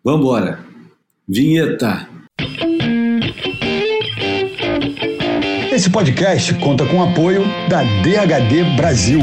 Vambora. Vinheta. Esse podcast conta com o apoio da DHD Brasil.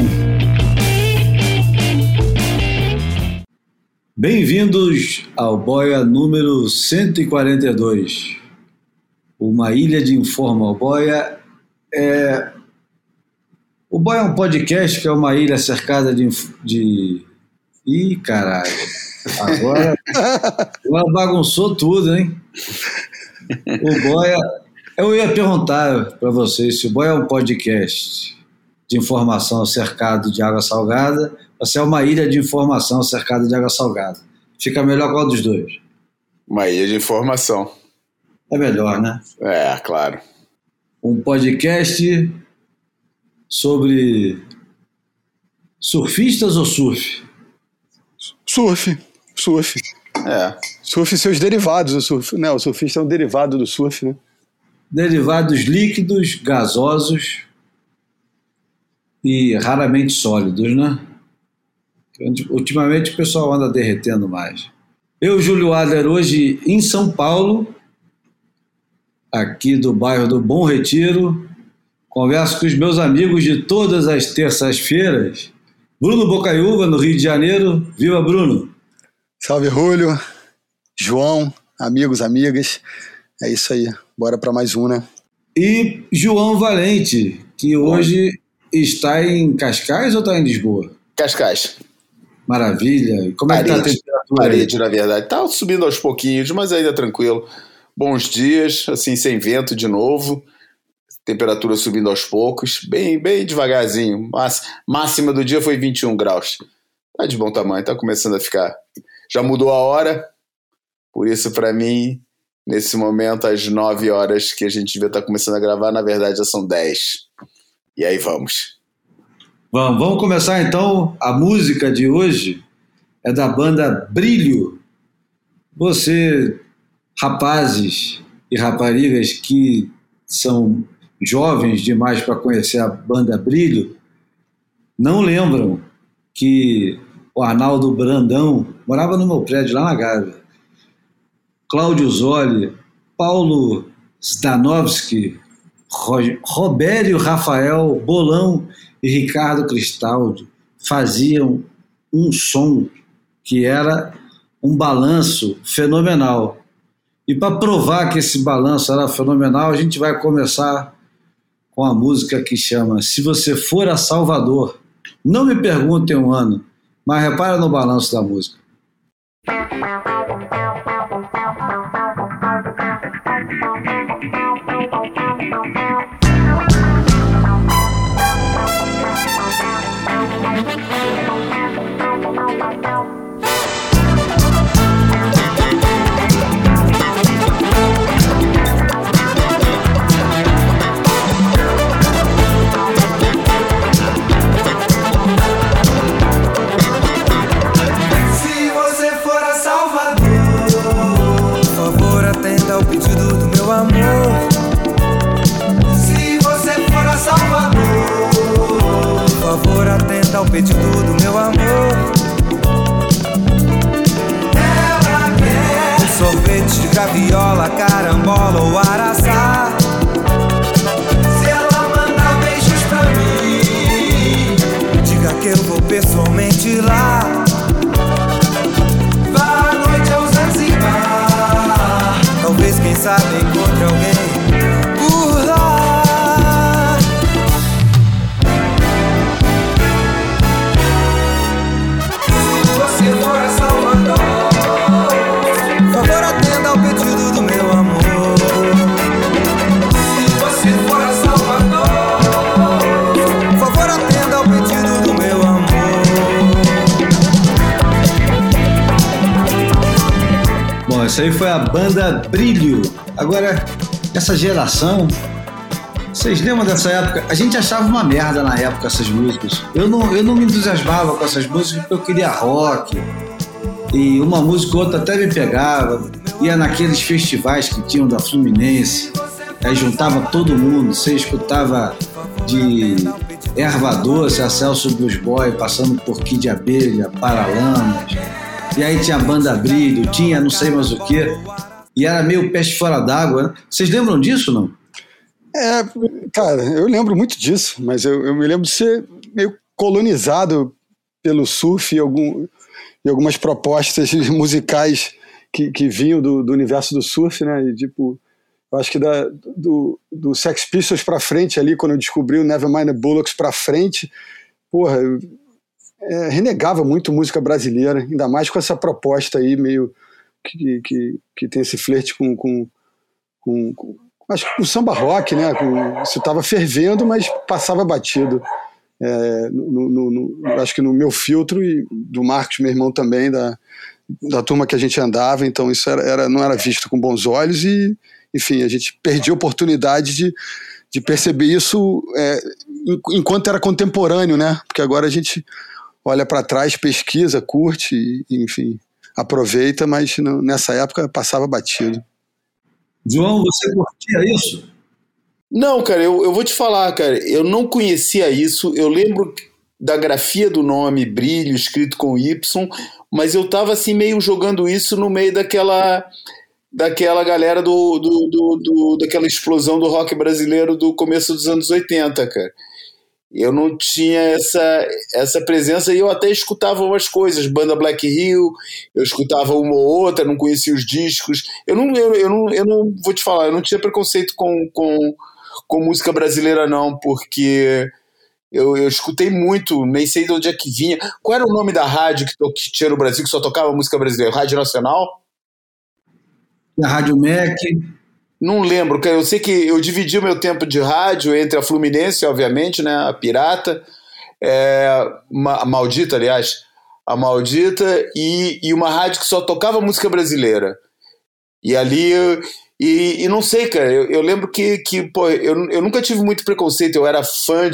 Bem-vindos ao Boia número 142. Uma ilha de informal. O Boia é um podcast que é uma ilha cercada de... Ih, caralho. Agora bagunçou tudo, hein? O Boia... Eu ia perguntar para vocês se o Boia é um podcast de informação cercado de água salgada ou se é uma ilha de informação cercada de água salgada. Fica melhor qual dos dois? Uma ilha de informação. É melhor, né? É, claro. Um podcast sobre surfistas ou surf? Surf. É. Surf e seus derivados. O surfista é um derivado do surf, né? Derivados líquidos, gasosos e raramente sólidos, né? Ultimamente o pessoal anda derretendo mais. Eu, Júlio Adler, hoje em São Paulo, aqui do bairro do Bom Retiro, converso com os meus amigos de todas as terças-feiras. Bruno Bocaiúva, no Rio de Janeiro. Viva, Bruno! Salve, Rúlio, João, amigos, amigas. É isso aí. Bora para mais um, né? E João Valente, que hoje está em Cascais ou está em Lisboa? Cascais. Maravilha. E como é que está a temperatura? Parede, na verdade. Está subindo aos pouquinhos, mas ainda tranquilo. Bons dias, assim, sem vento de novo. Temperatura subindo aos poucos. Bem devagarzinho. Máxima do dia foi 21 graus. Tá de bom tamanho, tá começando a ficar... Já mudou a hora. Por isso, para mim... Nesse momento, às 9 horas que a gente devia estar começando a gravar, na verdade já são 10. E aí vamos. Vamos começar então. A música de hoje é da banda Brilho. Você, rapazes e raparigas que são jovens demais para conhecer a banda Brilho, não lembram que o Arnaldo Brandão morava no meu prédio lá na Gávea. Cláudio Zoli, Paulo Zdanovski, Robério Rafael Bolão e Ricardo Cristaldi faziam um som que era um balanço fenomenal. E para provar que esse balanço era fenomenal, a gente vai começar com a música que chama Se Você For a Salvador. Não me perguntem um ano, mas repara no balanço da música. Ao pedido do meu amor, ela quer um sorvete de graviola, carambola ou araçá. Se ela mandar beijos pra mim, diga que eu vou pessoalmente lá. Vá à noite ao Zanzibar, talvez, quem sabe, encontre alguém por lá. Essa aí foi a banda Brilho. Agora, essa geração, vocês lembram dessa época? A gente achava uma merda na época essas músicas. Eu não me entusiasmava com essas músicas porque eu queria rock. E uma música ou outra até me pegava. Ia naqueles festivais que tinham da Fluminense. Aí juntava todo mundo. Você escutava de Erva Doce a Celso Blues Boy, passando por Kid Abelha, Paralamas, E aí tinha a banda Brilho, tinha não sei mais o quê. E era meio peixe fora d'água, né? Vocês lembram disso, não? Cara, eu lembro muito disso, mas eu me lembro de ser meio colonizado pelo surf e algumas propostas musicais que vinham do universo do surf, né? E, tipo, eu acho que do Sex Pistols pra frente ali, quando eu descobri o Nevermind the Bollocks pra frente, porra, eu renegava muito música brasileira, ainda mais com essa proposta aí meio que tem esse flerte com acho que o samba rock, né? Isso estava fervendo, mas passava batido. Acho que no meu filtro e do Marcos, meu irmão também, da turma que a gente andava, então isso não era visto com bons olhos e, enfim, a gente perdia a oportunidade de perceber isso enquanto era contemporâneo, né? Porque agora a gente olha para trás, pesquisa, curte e, enfim, aproveita, mas nessa época passava batido. João, você curtia isso? Não, cara, eu vou te falar, cara, eu não conhecia isso, eu lembro da grafia do nome Brilho, escrito com Y, mas eu tava assim meio jogando isso no meio daquela galera daquela explosão do rock brasileiro do começo dos anos 80, cara. Eu não tinha essa presença e eu até escutava umas coisas, banda Black Hill, eu escutava uma ou outra, não conhecia os discos. Eu não vou te falar, eu não tinha preconceito com música brasileira não, porque eu escutei muito, nem sei de onde é que vinha. Qual era o nome da rádio que tinha no Brasil que só tocava música brasileira? Rádio Nacional? A Rádio Mac. Não lembro, cara. Eu sei que eu dividi o meu tempo de rádio entre a Fluminense, obviamente, né, a Pirata, a Maldita, aliás, a Maldita, e uma rádio que só tocava música brasileira. E ali, e não sei, cara, eu lembro que pô, eu nunca tive muito preconceito, eu era fã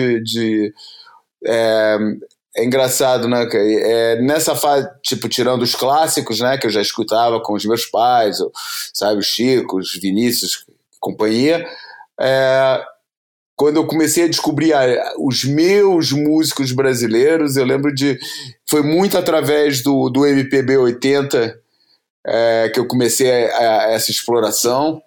é engraçado, né, cara? Nessa fase, tipo, tirando os clássicos, né, que eu já escutava com os meus pais, sabe, o Chico, os Vinícius, companhia, quando eu comecei a descobrir os meus músicos brasileiros, eu lembro foi muito através do MPB 80 que eu comecei essa exploração,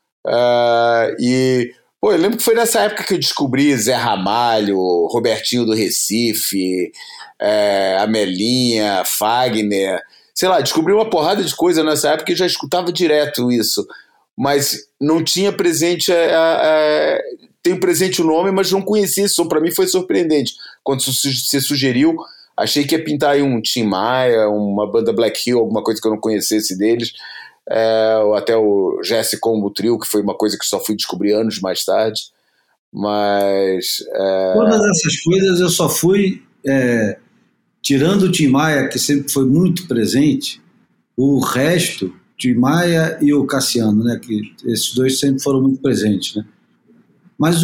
e pô, eu lembro que foi nessa época que eu descobri Zé Ramalho, Robertinho do Recife, Amelinha, Fagner, sei lá, descobri uma porrada de coisa nessa época e já escutava direto isso, mas não tinha presente, tem presente o nome, mas não conhecia isso, para mim foi surpreendente. Quando você sugeriu, achei que ia pintar aí um Tim Maia, uma banda Black Hill, alguma coisa que eu não conhecesse deles, ou até o Jesse Combo Trio, que foi uma coisa que só fui descobrir anos mais tarde, mas... Todas essas coisas eu só fui, tirando o Tim Maia, que sempre foi muito presente, o resto, Tim Maia e o Cassiano, né, que esses dois sempre foram muito presentes, né? Mas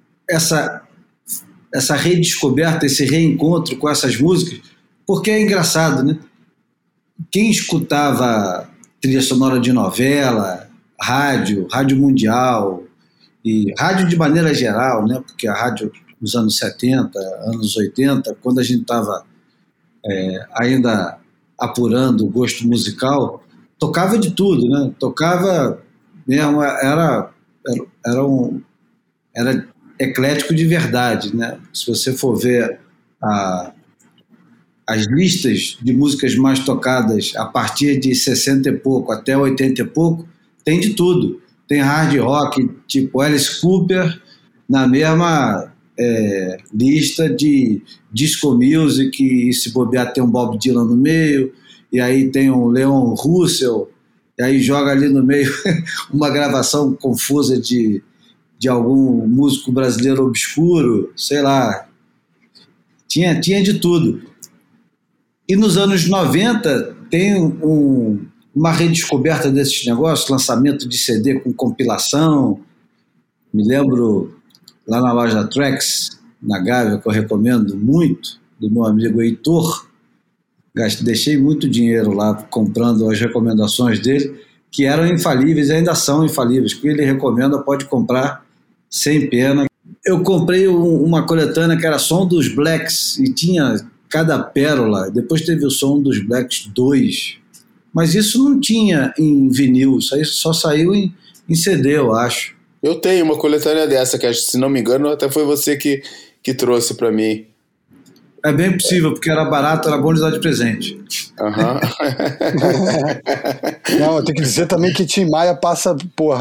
essa redescoberta, esse reencontro com essas músicas, porque é engraçado, né? Quem escutava trilha sonora de novela, rádio mundial, e rádio de maneira geral, né? Porque a rádio nos anos 70, anos 80, quando a gente estava ainda apurando o gosto musical, tocava de tudo, né? Tocava mesmo, era eclético de verdade, né? Se você for ver as listas de músicas mais tocadas a partir de 60 e pouco até 80 e pouco, tem de tudo. Tem hard rock, tipo Alice Cooper, na mesma lista de disco music, e se bobear tem um Bob Dylan no meio, e aí tem um Leon Russell, e aí joga ali no meio uma gravação confusa de algum músico brasileiro obscuro, sei lá. Tinha de tudo. E nos anos 90 tem uma redescoberta desses negócios, lançamento de CD com compilação. Me lembro lá na loja Trax, na Gávea, que eu recomendo muito, do meu amigo Heitor. Deixei muito dinheiro lá comprando as recomendações dele, que eram infalíveis e ainda são infalíveis. O que ele recomenda pode comprar sem pena. Eu comprei uma coletânea que era Som dos Blacks e tinha cada pérola. Depois teve o som dos Blacks 2, mas isso não tinha em vinil, isso aí só saiu em CD, eu acho. Eu tenho uma coletânea dessa, que se não me engano até foi você que trouxe para mim. É bem possível, porque era barato, era bom de dar de presente. Uhum. Não, eu tenho que dizer também que Tim Maia passa,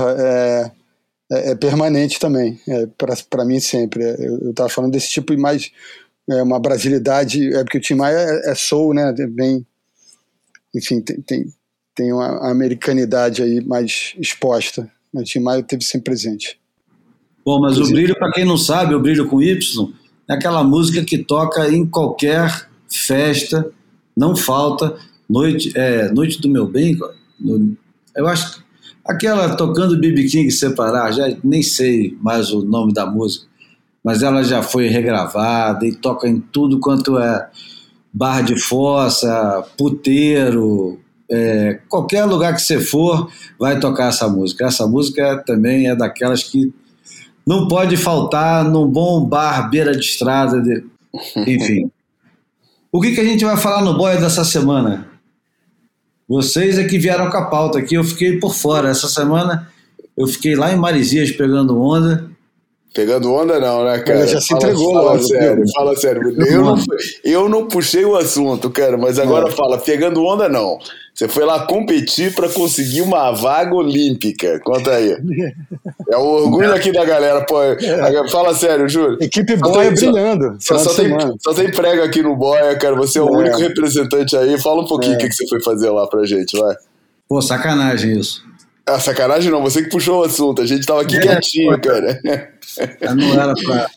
é permanente também, para mim sempre. Eu tava falando desse tipo de mais, uma brasilidade, porque o Tim Maia é soul, né, bem, enfim, tem uma americanidade aí mais exposta. O Tim Maia teve sempre presente. Bom, mas o Brilho, para quem não sabe, o Brilho com Y, é aquela música que toca em qualquer festa, não falta. Noite do Meu Bem, eu acho que aquela tocando B.B. King separar, já nem sei mais o nome da música, mas ela já foi regravada e toca em tudo quanto é bar de fossa, puteiro, qualquer lugar que você for vai tocar essa música. Essa música também é daquelas que não pode faltar num bom bar, beira de estrada, enfim. O que a gente vai falar no Boia dessa semana? Vocês é que vieram com a pauta aqui, eu fiquei por fora. Essa semana eu fiquei lá em Marizias pegando onda. Pegando onda não, né, cara? Já se entregou logo. Fala sério. Eu não puxei o assunto, cara, mas agora fala, pegando onda não. Você foi lá competir para conseguir uma vaga olímpica. Conta aí. É o orgulho aqui da galera. Pô, fala sério, Júlio. Equipe Boia brilhando. Só tem prego aqui no Boia, cara. Você é o único representante aí. Fala um pouquinho o que você foi fazer lá pra gente, vai. Pô, sacanagem isso. Ah, sacanagem não. Você que puxou o assunto. A gente tava aqui quietinho, cara. Não era pra...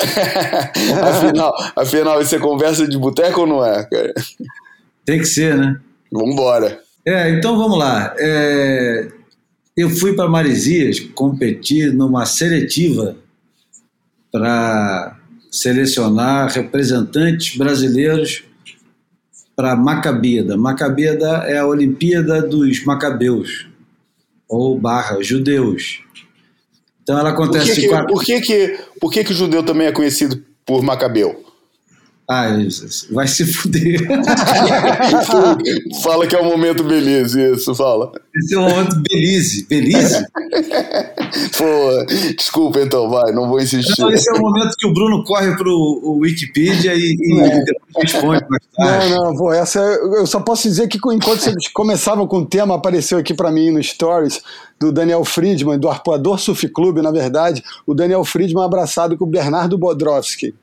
Afinal, isso é conversa de boteco ou não é, cara? Tem que ser, né? Vambora. Então vamos lá. Eu fui para Marizias competir numa seletiva para selecionar representantes brasileiros para Macabida. Macabida é a Olimpíada dos Macabeus, ou judeus. Então ela acontece... Por que o judeu também é conhecido por Macabeu? Vai se fuder. Fala que é o momento Belize, isso, fala. Esse é o momento Belize. Belize? Pô, desculpa então, vai, não vou insistir. Não, esse é o momento que o Bruno corre pro Wikipedia e depois responde mais tarde. Não, eu só posso dizer que enquanto vocês começavam com o tema, apareceu aqui para mim no Stories do Daniel Friedman, do Arpoador Surf Club, na verdade, o Daniel Friedman abraçado com o Bernardo Bordowski.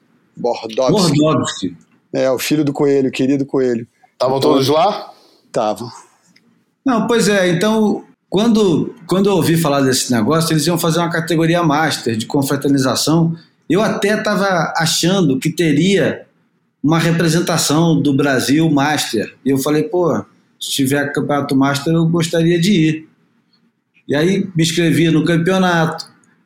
O filho do Coelho, querido Coelho. Estavam todos lá? Estavam. Não, pois é, então, quando eu ouvi falar desse negócio, eles iam fazer uma categoria Master de confraternização. Eu até estava achando que teria uma representação do Brasil Master. E eu falei, pô, se tiver campeonato Master, eu gostaria de ir. E aí me inscrevi no campeonato.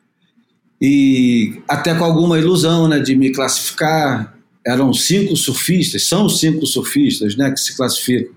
E até com alguma ilusão, né, de me classificar. Eram 5 surfistas, são 5 surfistas, né, que se classificam.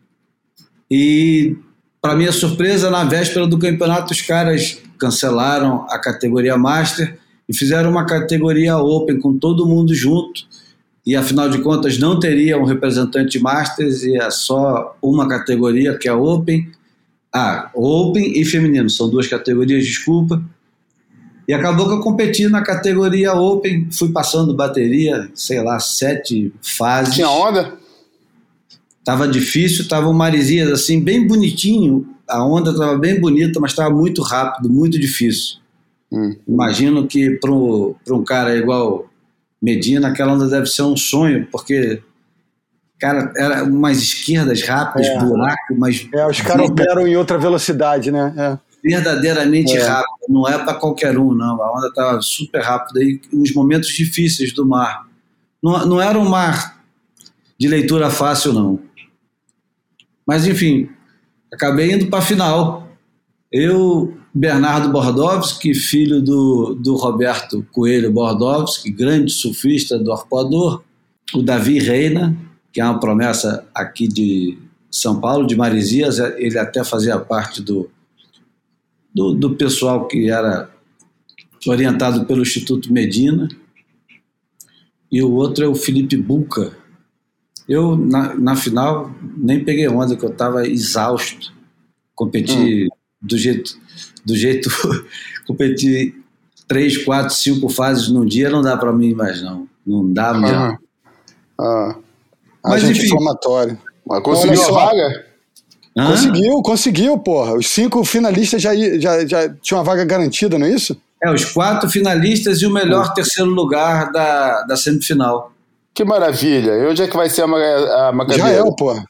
E, para minha surpresa, na véspera do campeonato, os caras cancelaram a categoria Master e fizeram uma categoria Open com todo mundo junto. E, afinal de contas, não teria um representante Masters e é só uma categoria, que é Open. Open e feminino, são 2 categorias, desculpa. E acabou que eu competi na categoria Open, fui passando bateria, 7 fases. Tinha onda? Tava difícil, tava um Marizias assim, bem bonitinho, a onda tava bem bonita, mas tava muito rápido, muito difícil. Imagino que para um cara igual Medina, aquela onda deve ser um sonho, porque, cara, era umas esquerdas rápidas, buraco, mas... os caras operam em outra velocidade, né? Verdadeiramente rápido, não é para qualquer um, não. A onda estava super rápida e nos momentos difíceis do mar. Não era um mar de leitura fácil, não. Mas, enfim, acabei indo para a final. Eu, Bernardo Bordowski, filho do Roberto Coelho Bordowski, grande surfista do arpoador, o Davi Reina, que é uma promessa aqui de São Paulo, de Marizias, ele até fazia parte do pessoal que era orientado pelo Instituto Medina, e o outro é o Felipe Buca, Eu, na final, nem peguei onda, que eu estava exausto. Competi do jeito competi 3, 4, 5 fases num dia, não dá para mim mais, não. Não dá mesmo. Mas enfim, inflamatório. Mas conseguiu a vaga? Conseguiu, porra. Os 5 finalistas já tinham uma vaga garantida, não é isso? Os 4 finalistas e o melhor terceiro lugar da semifinal. Que maravilha. E onde é que vai ser a Macabeira? Israel, porra.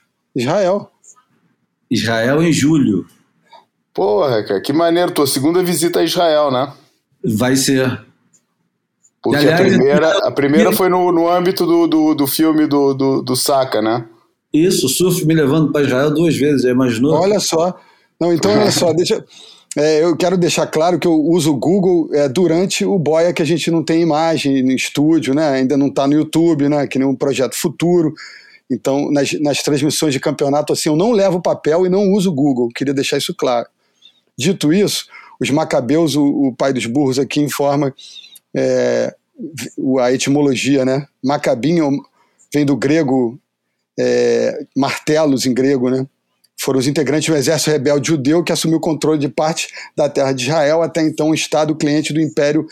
Israel em julho. Porra, cara, que maneiro. Tua segunda visita a Israel, né? Vai ser. Porque aliás, a primeira foi no âmbito do filme do Saka, né? Isso, o surf me levando para Israel 2 vezes, já imaginou? Olha só. Não, então olha só, eu quero deixar claro que eu uso o Google durante o boia, que a gente não tem imagem no estúdio, né? Ainda não está no YouTube, né? Que nem um projeto futuro. Então, nas transmissões de campeonato, assim, eu não levo papel e não uso o Google. Queria deixar isso claro. Dito isso, os macabeus, o pai dos burros aqui informa a etimologia, né? Macabinho vem do grego, martelos em grego, né? Foram os integrantes do exército rebelde judeu que assumiu o controle de parte da terra de Israel, até então um estado cliente do Império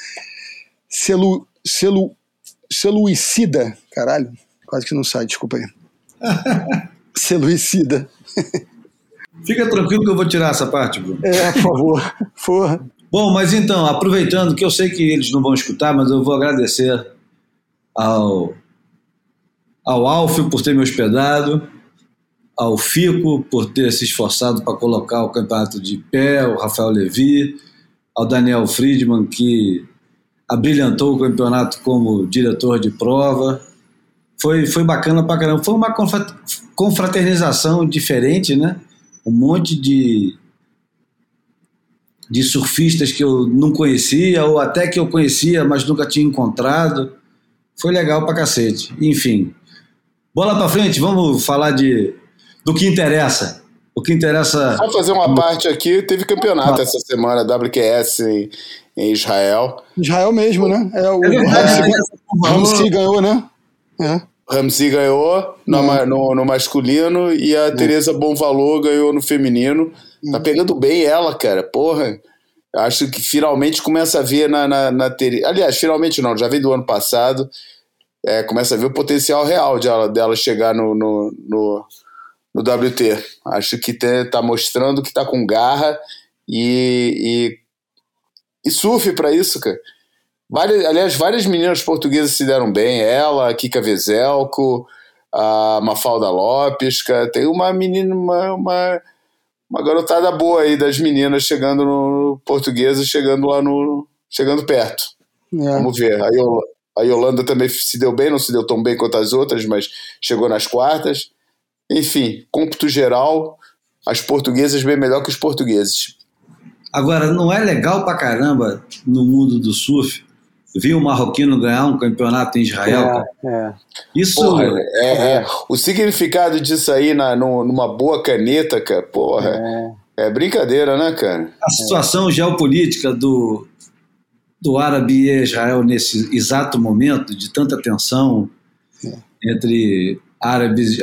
Seleucida. Caralho, quase que não sai, desculpa aí. Seleucida. Fica tranquilo que eu vou tirar essa parte, Bruno. Por favor. Porra. Bom, mas então, aproveitando que eu sei que eles não vão escutar, mas eu vou agradecer ao Alfio por ter me hospedado, ao Fico por ter se esforçado para colocar o campeonato de pé, o Rafael Levi, ao Daniel Friedman, que abrilhantou o campeonato como diretor de prova. Foi bacana pra caramba. Foi uma confraternização diferente, né? Um monte de surfistas que eu não conhecia, ou até que eu conhecia, mas nunca tinha encontrado. Foi legal pra cacete. Enfim, bola pra frente, vamos falar do que interessa. O que interessa... Só fazer uma parte aqui, teve campeonato essa semana, WQS em Israel. Israel mesmo, né? O Ramsey ganhou, né? Ramsey ganhou no masculino e a Tereza Bonvalor ganhou no feminino. Tá pegando bem ela, cara. Porra, acho que finalmente começa a ver na Tereza... Aliás, finalmente não, já veio do ano passado. Começa a ver o potencial real dela chegar no WT. Acho que tá mostrando que tá com garra e surf pra isso, cara. Várias meninas portuguesas se deram bem. Ela, a Kika Vezelco, a Mafalda Lopes, cara. Tem uma menina, uma garotada boa aí das meninas chegando no portuguesa, chegando perto. Vamos ver. A Yolanda também se deu bem, não se deu tão bem quanto as outras, mas chegou nas quartas. Enfim, cômputo geral, as portuguesas bem melhor que os portugueses. Agora, não é legal pra caramba no mundo do surf ver o marroquino ganhar um campeonato em Israel? Isso... Porra, o significado disso aí numa boa caneta, cara, porra, é brincadeira, né, cara? A situação geopolítica do árabe e Israel nesse exato momento, de tanta tensão entre árabes...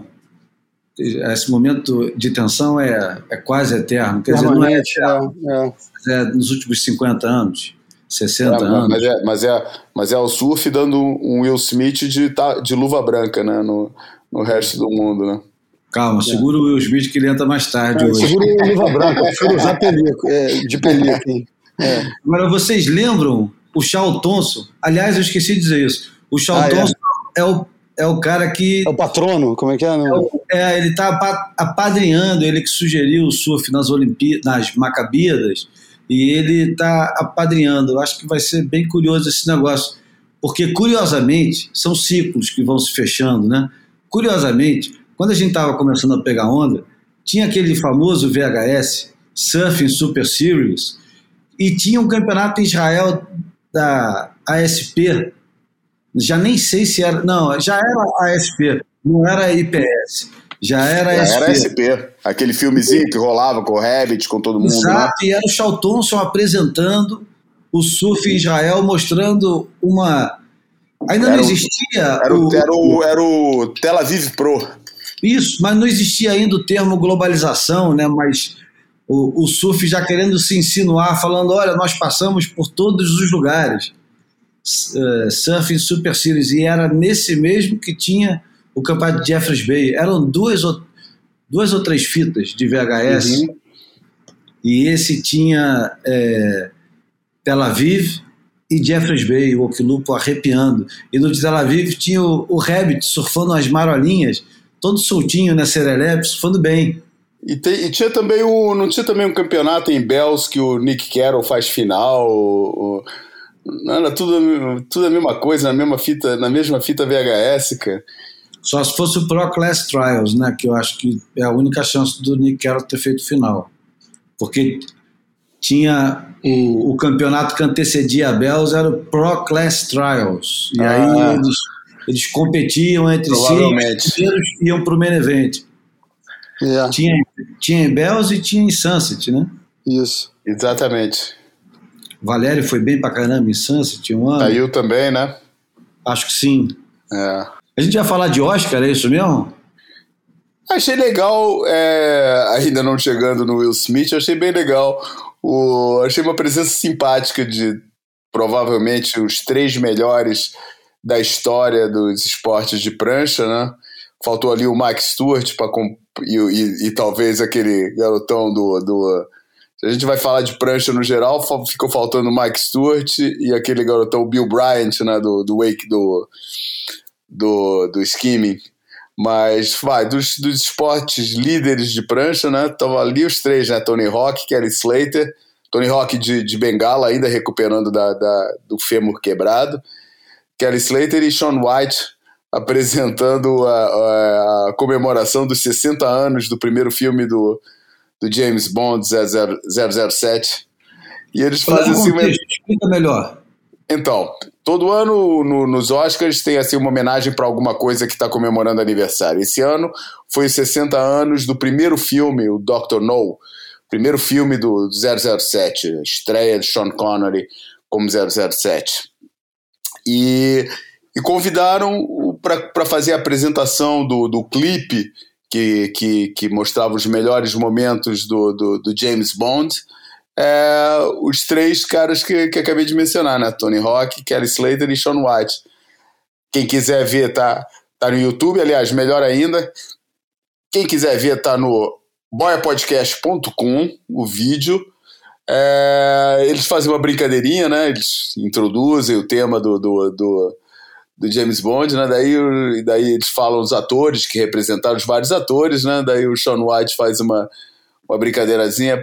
esse momento de tensão é quase eterno, quer dizer, não é eterno, nos últimos 50 anos, 60 anos. Mas é o surf dando um Will Smith de luva branca, né, no resto do mundo, né? Calma, segura o Will Smith que ele entra mais tarde hoje. Segura o luva branca, prefiro usar de pelico. Agora, vocês lembram o Charles Thompson? Aliás, eu esqueci de dizer isso. O Charles Thompson é o cara que... É o patrono, como é que é? Ele está apadrinhando, ele que sugeriu o surf nas Macabíadas, e ele está apadrinhando. Eu acho que vai ser bem curioso esse negócio, porque, curiosamente, são ciclos que vão se fechando, né? Curiosamente, quando a gente estava começando a pegar onda, tinha aquele famoso VHS, Surfing Super Series, e tinha um campeonato em Israel da ASP, já nem sei se era... Não, já era ASP, não era IPS. Já era SP. Aquele filmezinho que rolava com o Rabbit, com todo mundo. Exato, né? E era o Charles Thompson apresentando o surf em Israel, mostrando uma Ainda não existia... Era o Tel Aviv Pro. Isso, mas não existia ainda o termo globalização, né? Mas o surf já querendo se insinuar, falando, olha, nós passamos por todos os lugares. Surfing Super Series, e era nesse mesmo que tinha o campeonato de Jeffreys Bay. Eram duas ou três fitas de VHS, e esse tinha Tel Aviv e Jeffreys Bay, o Oquilupo arrepiando. E no de Tel Aviv tinha o Rabbit surfando as marolinhas, todo soltinho na Serelepe, surfando bem. E tinha também não tinha também um campeonato em Bells que o Nick Carroll faz final? Era tudo a mesma coisa, na mesma fita VHS, cara. Só se fosse o Pro Class Trials, né? Que eu acho que é a única chance do Nick Carroll ter feito final. Porque tinha o campeonato que antecedia a Bells, era o Pro Class Trials. E aí eles competiam entre si, os primeiros iam para o main event. Yeah. Tinha em Bells e tinha em Sunset, né? Isso. Exatamente. Valério foi bem pra caramba em Sunset um ano. Saiu também, né? Acho que sim. É. A gente vai falar de Oscar, é isso mesmo? Achei legal, ainda não chegando no Will Smith, achei bem legal. Achei uma presença simpática de provavelmente os 3 melhores da história dos esportes de prancha, né? Faltou ali o Mike Stewart e talvez aquele garotão do a gente vai falar de prancha no geral, ficou faltando o Mike Stewart e aquele garotão Bill Bryant, né, do wake do skimming. Mas dos esportes líderes de prancha, né, estavam ali os 3, né, Tony Hawk, Kelly Slater, Tony Hawk de bengala, ainda recuperando do fêmur quebrado, Kelly Slater e Shaun White apresentando a comemoração dos 60 anos do primeiro filme do James Bond 007. E eles fazem assim... Explica melhor. Então, todo ano nos Oscars tem assim, uma homenagem para alguma coisa que está comemorando aniversário. Esse ano foi os 60 anos do primeiro filme, o Dr. No, primeiro filme do 007, a estreia de Sean Connery como 007. E convidaram para fazer a apresentação do clipe que mostrava os melhores momentos do James Bond, os 3 caras que acabei de mencionar, né? Tony Hawk, Kelly Slater e Shaun White. Quem quiser ver tá no YouTube, aliás, melhor ainda, quem quiser ver tá no boiapodcast.com, o vídeo. Eles fazem uma brincadeirinha, né? Eles introduzem o tema do James Bond, né? Daí eles falam os atores que representaram os vários atores, né? Daí o Shaun White faz uma brincadeirazinha,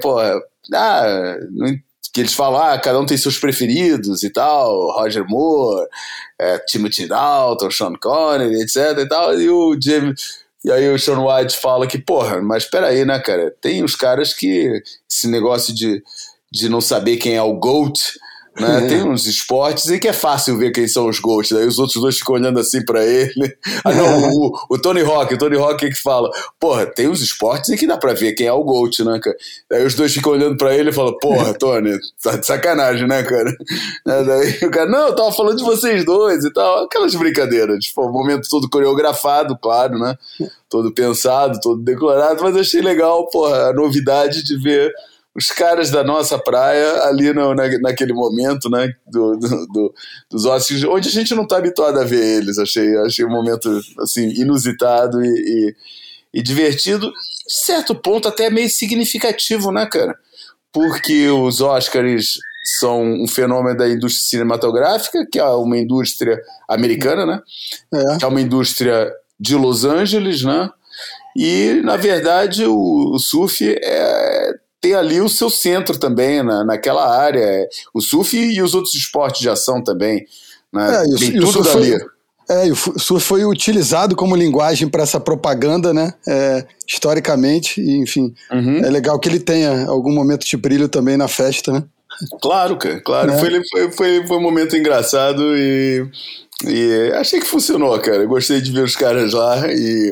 que eles falam, cada um tem seus preferidos e tal, Roger Moore, Timothy Dalton, Sean Connery, etc e tal, e aí o Shaun White fala que, mas peraí, né, cara, tem os caras que esse negócio de não saber quem é o GOAT, né? Tem uns esportes em que é fácil ver quem são os GOATs, daí os outros 2 ficam olhando assim pra ele. O Tony Hawk que fala, tem uns esportes em que dá pra ver quem é o GOAT, né, cara? Daí os 2 ficam olhando pra ele e falam, Tony, tá de sacanagem, né, cara? Daí o cara, não, eu tava falando de vocês 2 e tal, aquelas brincadeiras, um momento todo coreografado, claro, né? Todo pensado, todo decorado, mas achei legal, a novidade de ver os caras da nossa praia ali naquele momento, né, dos Oscars, onde a gente não está habituado a ver eles. Achei um momento assim, inusitado e divertido, de certo ponto até meio significativo, né, cara? Porque os Oscars são um fenômeno da indústria cinematográfica, que é uma indústria americana, né? Que é uma indústria de Los Angeles, né? E, na verdade, o surf tem ali o seu centro também, naquela área. O surf e os outros esportes de ação também. Né? Tem tudo dali. E o surf foi utilizado como linguagem para essa propaganda, né? Historicamente, e, enfim. É legal que ele tenha algum momento de brilho também na festa, né? Claro, cara, claro. Foi um momento engraçado e achei que funcionou, cara. Gostei de ver os caras lá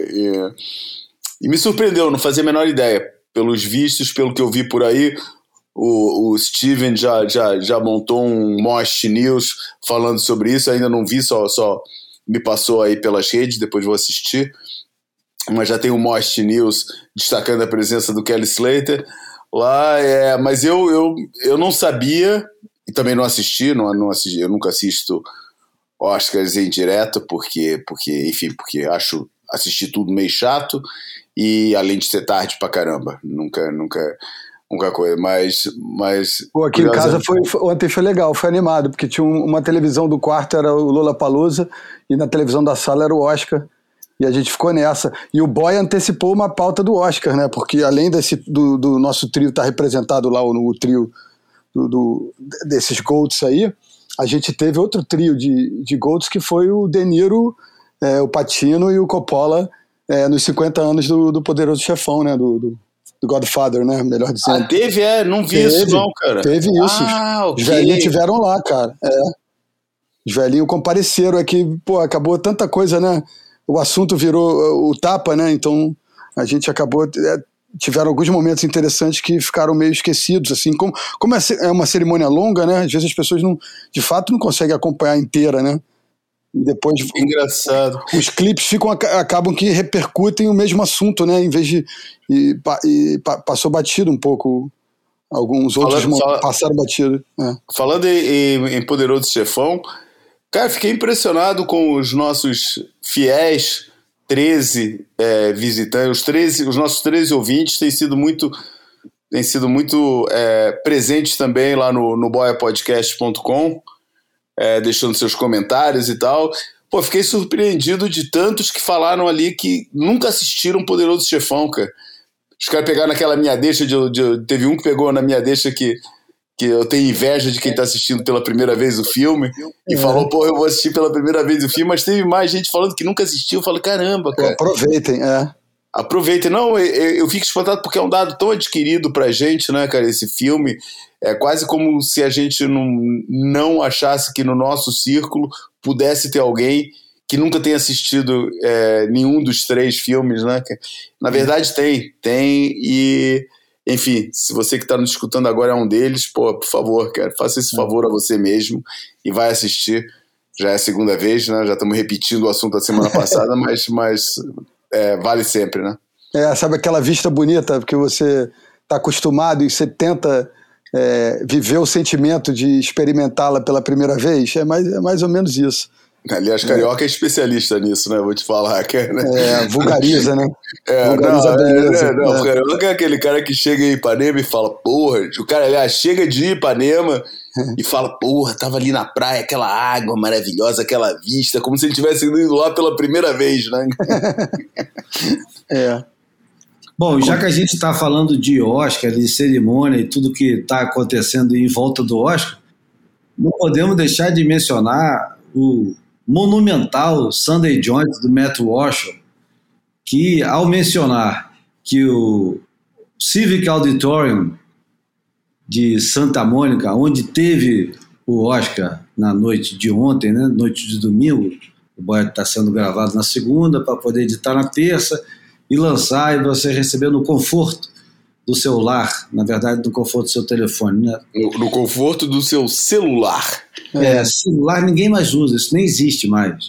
e me surpreendeu, não fazia a menor ideia. Pelos vistos, pelo que eu vi por aí, O Steven já montou um Most News falando sobre isso, ainda não vi, só me passou aí pelas redes, depois vou assistir, mas já tem um Most News destacando a presença do Kelly Slater lá, mas eu não sabia, e também não assisti, eu nunca assisto Oscars em direto, porque acho assistir tudo meio chato, e além de ser tarde pra caramba, nunca coisa, mas Pô, aqui em casa ontem foi legal, foi animado, porque tinha uma televisão do quarto, era o Lollapalooza, e na televisão da sala era o Oscar, e a gente ficou nessa. E o Boy antecipou uma pauta do Oscar, né? Porque além do nosso trio estar representado lá, no trio desses Golds aí, a gente teve outro trio de Golds, que foi o De Niro, o Pacino e o Coppola, nos 50 anos do Poderoso Chefão, né? Do Godfather, né? Melhor dizendo. Teve, não vi isso não, cara. Teve isso. Okay. Os velhinhos tiveram lá, cara. Os velhinhos compareceram aqui, pô, acabou tanta coisa, né? O assunto virou o tapa, né? Então a gente acabou... tiveram alguns momentos interessantes que ficaram meio esquecidos, assim, como é uma cerimônia longa, né? Às vezes as pessoas de fato não conseguem acompanhar inteira, né? E depois engraçado. Os clipes acabam que repercutem o mesmo assunto, né? Em vez de passou batido um pouco, alguns outros passaram batido. Falando em Poderoso Chefão, cara, fiquei impressionado com os nossos fiéis 13 visitantes, os nossos 13 ouvintes têm sido muito presentes também lá no boiapodcast.com, deixando seus comentários e tal. Pô, fiquei surpreendido de tantos que falaram ali que nunca assistiram Poderoso Chefão, cara. Os caras pegaram naquela minha deixa teve um que pegou na minha deixa que eu tenho inveja de quem tá assistindo pela primeira vez o filme e falou, pô, eu vou assistir pela primeira vez o filme, mas teve mais gente falando que nunca assistiu. Eu falo, caramba, cara. Aproveitem, Aproveitem. Não, eu fico espantado porque é um dado tão adquirido pra gente, né, cara, esse filme. É quase como se a gente não achasse que no nosso círculo pudesse ter alguém que nunca tenha assistido nenhum dos 3 filmes, né? Na verdade tem, e enfim, se você que está nos escutando agora é um deles, pô, por favor, cara, faça esse favor a você mesmo e vai assistir. Já é a segunda vez, né? Já estamos repetindo o assunto da semana passada, mas vale sempre, né? Sabe aquela vista bonita que você está acostumado e você tenta viver o sentimento de experimentá-la pela primeira vez? É mais ou menos isso. Aliás, Carioca é especialista nisso, né? Vou te falar, cara. Vulgariza, né? Vulgariza a beleza. O Carioca é aquele cara que chega em Ipanema e fala, porra, o cara, aliás, chega de Ipanema e fala, porra, tava ali na praia, aquela água maravilhosa, aquela vista, como se ele tivesse ido lá pela primeira vez, né? Bom, já que a gente está falando de Oscar, de cerimônia e tudo que está acontecendo em volta do Oscar, não podemos deixar de mencionar o monumental Sunday Joint do Matt Walsh, que ao mencionar que o Civic Auditorium de Santa Mônica, onde teve o Oscar na noite de ontem, né, noite de domingo, o Boy está sendo gravado na segunda para poder editar na terça e lançar, e você receber no conforto do seu lar, na verdade no conforto do seu telefone, né? No conforto do seu celular. Celular ninguém mais usa, isso nem existe mais.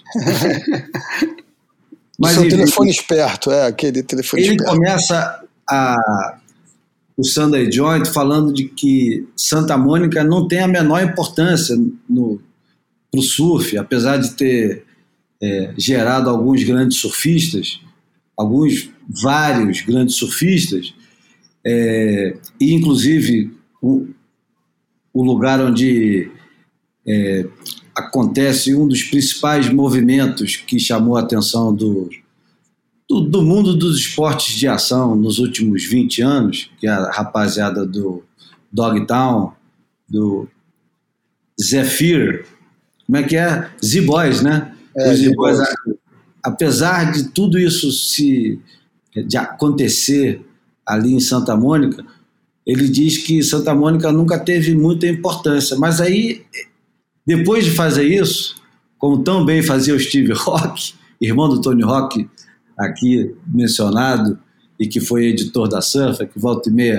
Mas seu telefone esperto, aquele telefone ele esperto. Ele começa o Sunday Joint falando de que Santa Mônica não tem a menor importância para o surf, apesar de ter gerado alguns grandes surfistas, vários grandes surfistas, e inclusive o lugar onde acontece um dos principais movimentos que chamou a atenção do mundo dos esportes de ação nos últimos 20 anos, que é a rapaziada do Dogtown, do Zephyr, como é que é? Z-Boys, né? Os Z-Boys, apesar de tudo isso de acontecer ali em Santa Mônica, ele diz que Santa Mônica nunca teve muita importância, mas aí, depois de fazer isso, como tão bem fazia o Steve Rock, irmão do Tony Rock, aqui mencionado, e que foi editor da Surfer, que volta e meia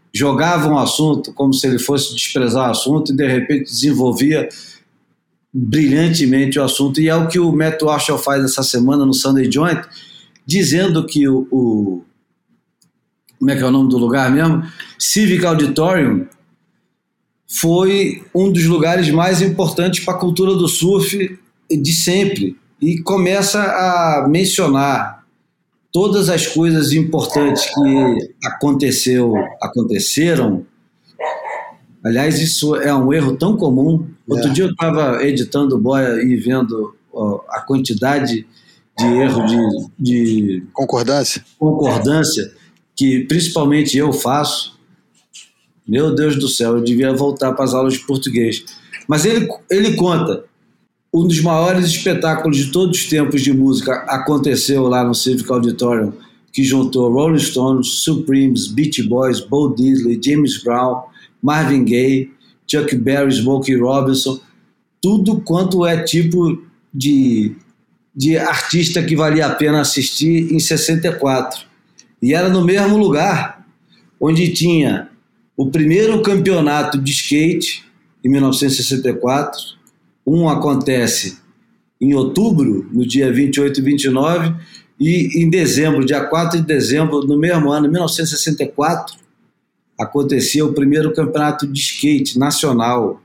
jogava um assunto como se ele fosse desprezar o assunto e de repente desenvolvia brilhantemente o assunto. E é o que o Matt Walsh faz essa semana no Sunday Joint, dizendo que como é que é o nome do lugar mesmo? Civic Auditorium foi um dos lugares mais importantes para a cultura do surf de sempre. E começa a mencionar todas as coisas importantes que aconteceram. Aliás, isso é um erro tão comum. Outro dia eu estava editando o Boia e vendo a quantidade de erro de concordância que principalmente eu faço. Meu Deus do céu, eu devia voltar para as aulas de português. Mas ele conta, um dos maiores espetáculos de todos os tempos de música aconteceu lá no Civic Auditorium, que juntou Rolling Stones, Supremes, Beach Boys, Bo Diddley, James Brown, Marvin Gaye, Chuck Berry, Smokey Robinson, tudo quanto é tipo de artista que valia a pena assistir em 64. E era no mesmo lugar onde tinha o primeiro campeonato de skate, em 1964. Acontece em outubro, no dia 28 e 29, e em dezembro, dia 4 de dezembro, no mesmo ano, 1964, acontecia o primeiro campeonato de skate nacional.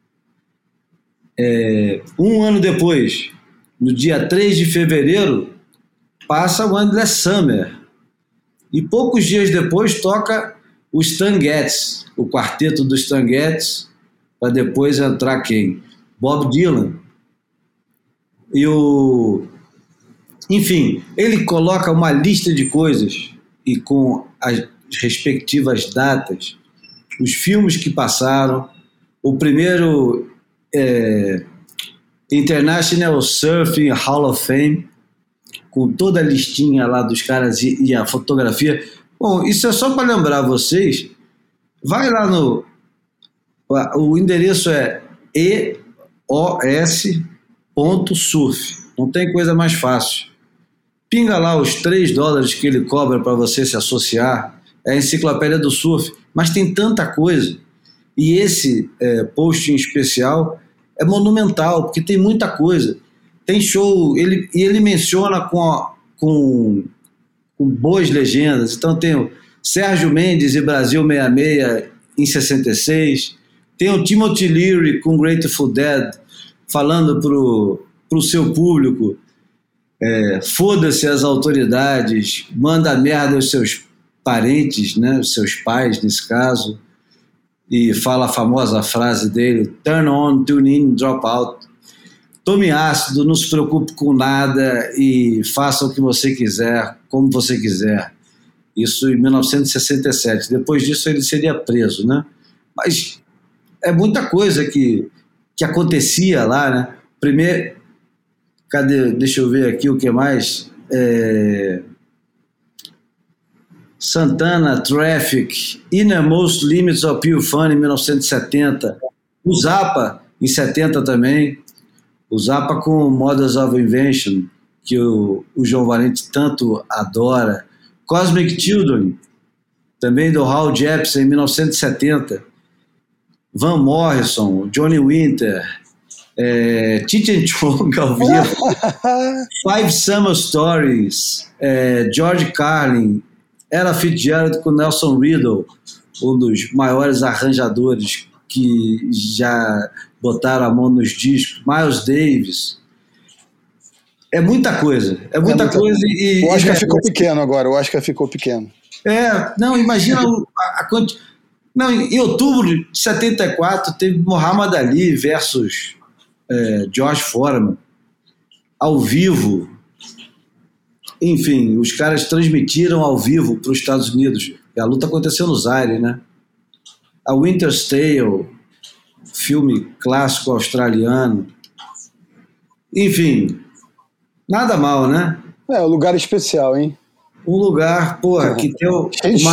Um ano depois, no dia 3 de fevereiro, passa o Endless Summer. E poucos dias depois toca o Stan Getz, o quarteto do Stan Getz, para depois entrar quem? Bob Dylan. Enfim, ele coloca uma lista de coisas e com as respectivas datas, os filmes que passaram, o primeiro International Surfing Hall of Fame, com toda a listinha lá dos caras e a fotografia. Bom, isso é só para lembrar vocês, vai lá o endereço é eos.surf, não tem coisa mais fácil. Pinga lá os $3 que ele cobra para você se associar, é a enciclopédia do surf, mas tem tanta coisa. E esse post em especial é monumental, porque tem muita coisa. Tem show, ele menciona com boas legendas. Então tem o Sérgio Mendes e Brasil 66 em 66, tem o Timothy Leary com Grateful Dead falando pro seu público, foda-se as autoridades, manda merda aos seus parentes, né, os seus pais nesse caso, e fala a famosa frase dele: turn on, tune in, drop out. Tome ácido, não se preocupe com nada e faça o que você quiser, como você quiser. Isso em 1967. Depois disso ele seria preso, né? Mas é muita coisa que acontecia lá, né? Primeiro, deixa eu ver aqui o que mais. Santana, Traffic, Innermost Limits of Pure Fun em 1970. O Zappa em 70 também. O Zappa com Models of Invention, que o João Valente tanto adora. Cosmic Children, também do Hal Jepsen, em 1970. Van Morrison, Johnny Winter, Cheech and Chong ao vivo, Five Summer Stories, George Carlin, Ella Fitzgerald com Nelson Riddle, um dos maiores arranjadores que já botaram a mão nos discos, Miles Davis. É muita coisa, coisa. O Oscar ficou pequeno agora, o Oscar ficou pequeno. Não, imagina Não, em outubro de 74 teve Muhammad Ali versus George Foreman, ao vivo. Enfim, os caras transmitiram ao vivo para os Estados Unidos. E a luta aconteceu no Zaire, né? A Winter's Tale, filme clássico australiano. Enfim, nada mal, né? Um lugar especial, hein? Um lugar, porra, que tem uma...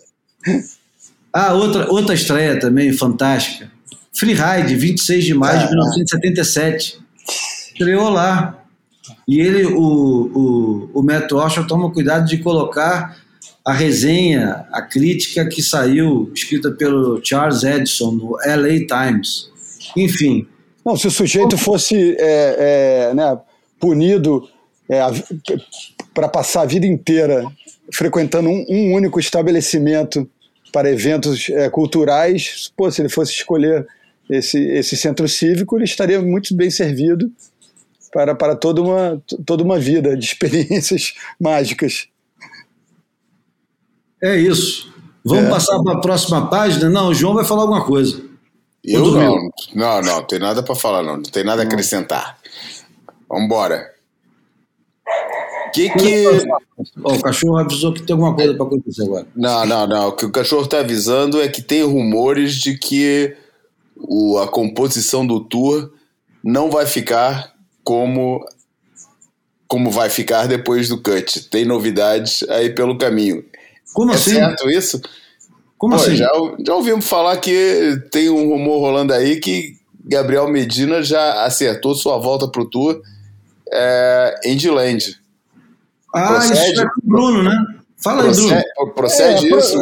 outra estreia também, fantástica. Freeride, 26 de maio de 1977. Estreou lá. E ele, o Matt Walsh, toma cuidado de colocar a resenha, a crítica que saiu, escrita pelo Charles Edison no LA Times. Enfim. Não, se o sujeito fosse né, punido para passar a vida inteira frequentando um único estabelecimento para eventos culturais, pô, se ele fosse escolher esse centro cívico, ele estaria muito bem servido para toda uma vida de experiências mágicas. É isso. Vamos passar para a próxima página? Não, o João vai falar alguma coisa. Eu não tem nada para falar, não tem nada a acrescentar. Vamos embora. O cachorro avisou que tem alguma coisa para acontecer agora. Não. O que o cachorro está avisando é que tem rumores de que a composição do tour não vai ficar como vai ficar depois do cut. Tem novidades aí pelo caminho. Como assim? É certo isso? Como assim? Já ouvimos falar que tem um rumor rolando aí que Gabriel Medina já acertou sua volta pro tour em Indieland. Procede? Isso é com o Bruno, né? Fala aí, Bruno. Procede isso?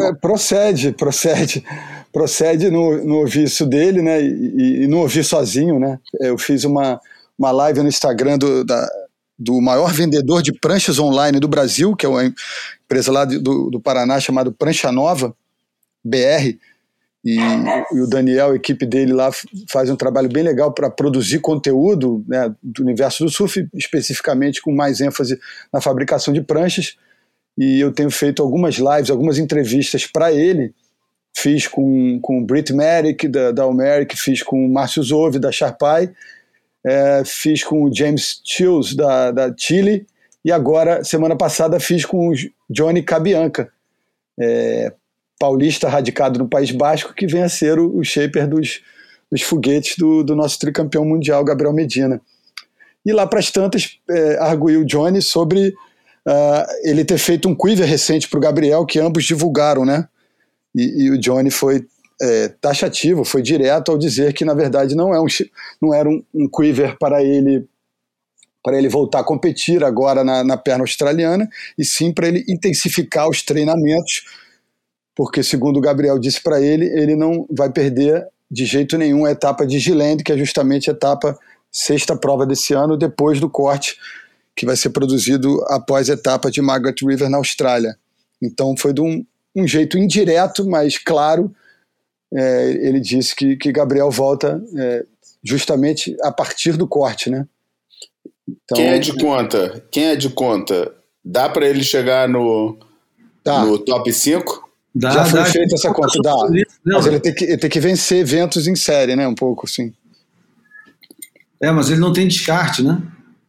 Procede no ouvi isso dele, né? E não ouvi sozinho, né? Eu fiz uma live no Instagram do maior vendedor de pranchas online do Brasil, que é uma empresa lá do Paraná chamada Prancha Nova BR, e o Daniel, a equipe dele lá, faz um trabalho bem legal para produzir conteúdo, né, do universo do surf, especificamente com mais ênfase na fabricação de pranchas, e eu tenho feito algumas lives, algumas entrevistas para ele. Fiz com o Britt Merrick da Almeric, fiz com o Márcio Zove da Sharpai, fiz com o James Chills da Chile, e agora, semana passada, fiz com o Johnny Cabianca, paulista radicado no País Basco, que vem a ser o shaper dos foguetes do nosso tricampeão mundial, Gabriel Medina. E lá para as tantas, arguiu o Johnny sobre ele ter feito um quiver recente para o Gabriel, que ambos divulgaram, né? E o Johnny foi taxativo, foi direto ao dizer que, na verdade, não era um quiver para ele voltar a competir agora na perna australiana, e sim para ele intensificar os treinamentos, porque, segundo o Gabriel disse para ele não vai perder de jeito nenhum a etapa de Giland, que é justamente a sexta prova desse ano, depois do corte que vai ser produzido após a etapa de Margaret River na Austrália. Então foi de um jeito indireto, mas claro, ele disse que Gabriel volta justamente a partir do corte, né? Então, Quem é de conta? Dá para ele chegar no top 5? Já foi feita essa conta, mas ele tem que vencer eventos em série, né? Um pouco, assim. Mas ele não tem descarte, né?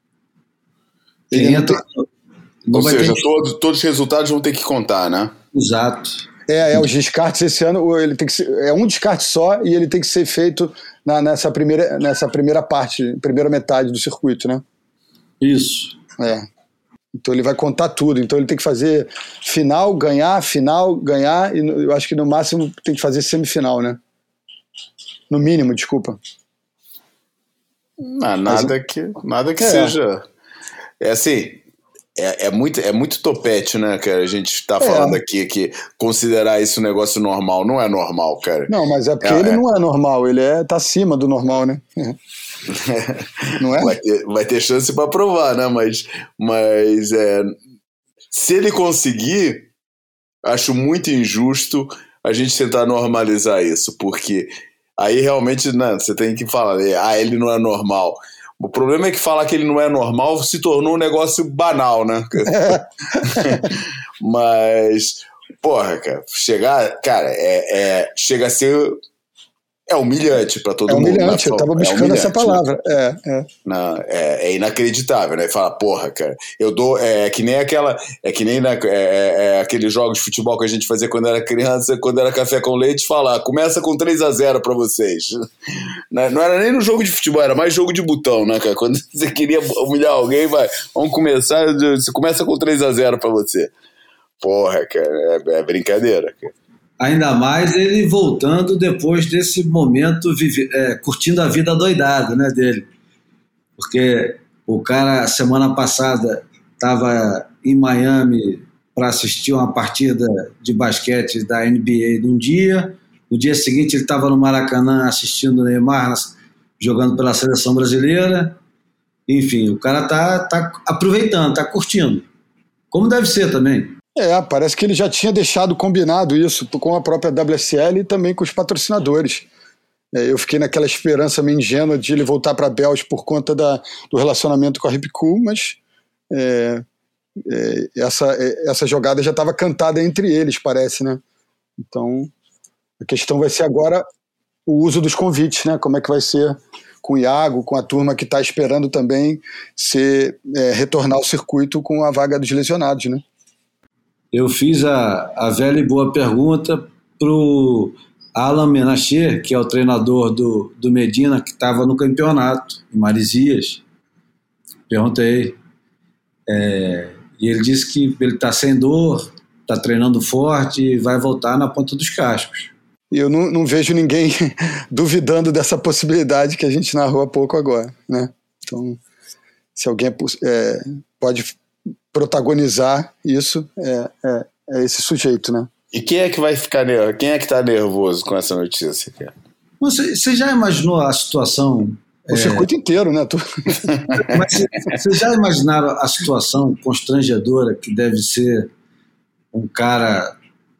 Ou seja, todos os resultados vão ter que contar, né? Exato. Os descartes esse ano, ele tem que ser, um descarte só, e ele tem que ser feito nessa primeira parte, primeira metade do circuito, né? Isso. Então ele vai contar tudo. Então ele tem que fazer final, ganhar, e eu acho que no máximo tem que fazer semifinal, né? No mínimo, desculpa. Nada que seja. Assim, é muito topete, né, cara? A gente tá falando aqui que considerar isso um negócio normal não é normal, cara. Não, mas é porque ele não é normal, ele tá acima do normal, né? Não é? Vai ter chance para provar, né? Mas se ele conseguir, acho muito injusto a gente tentar normalizar isso, porque aí realmente, né, você tem que falar, ele não é normal. O problema é que falar que ele não é normal se tornou um negócio banal, né? Mas, porra, cara, chega a ser humilhante para todo mundo. É humilhante, eu tava buscando essa palavra. Não, é inacreditável, né? Fala, porra, cara, eu dou. É que nem aqueles jogos de futebol que a gente fazia quando era criança, quando era café com leite, falar, começa com 3-0 para vocês. Não era nem no jogo de futebol, era mais jogo de botão, né, cara? Quando você queria humilhar alguém, vamos começar, você começa com 3-0 para você. Porra, cara, é brincadeira, cara. Ainda mais ele voltando depois desse momento, curtindo a vida doidada, né, dele. Porque o cara, semana passada, estava em Miami para assistir uma partida de basquete da NBA num dia. No dia seguinte ele estava no Maracanã assistindo o Neymar jogando pela seleção brasileira. Enfim, o cara tá aproveitando, tá curtindo. Como deve ser também. Parece que ele já tinha deixado combinado isso com a própria WSL e também com os patrocinadores. Eu fiquei naquela esperança meio ingênua de ele voltar para a Bells por conta do relacionamento com a Rip Cool, mas essa jogada já estava cantada entre eles, parece, né? Então, a questão vai ser agora o uso dos convites, né? Como é que vai ser com o Iago, com a turma que está esperando também retornar ao circuito com a vaga dos lesionados, né? Eu fiz a velha e boa pergunta para o Alan Menacher, que é o treinador do Medina, que estava no campeonato, em Marizias. Perguntei. E ele disse que ele está sem dor, está treinando forte e vai voltar na ponta dos cascos. E eu não vejo ninguém duvidando dessa possibilidade que a gente narrou há pouco agora, né? Então, se alguém pode protagonizar isso, é esse sujeito, né? E quem é que vai ficar quem é que está nervoso com essa notícia? Você já imaginou a situação? O circuito inteiro, né? Mas vocês já imaginaram a situação constrangedora que deve ser um cara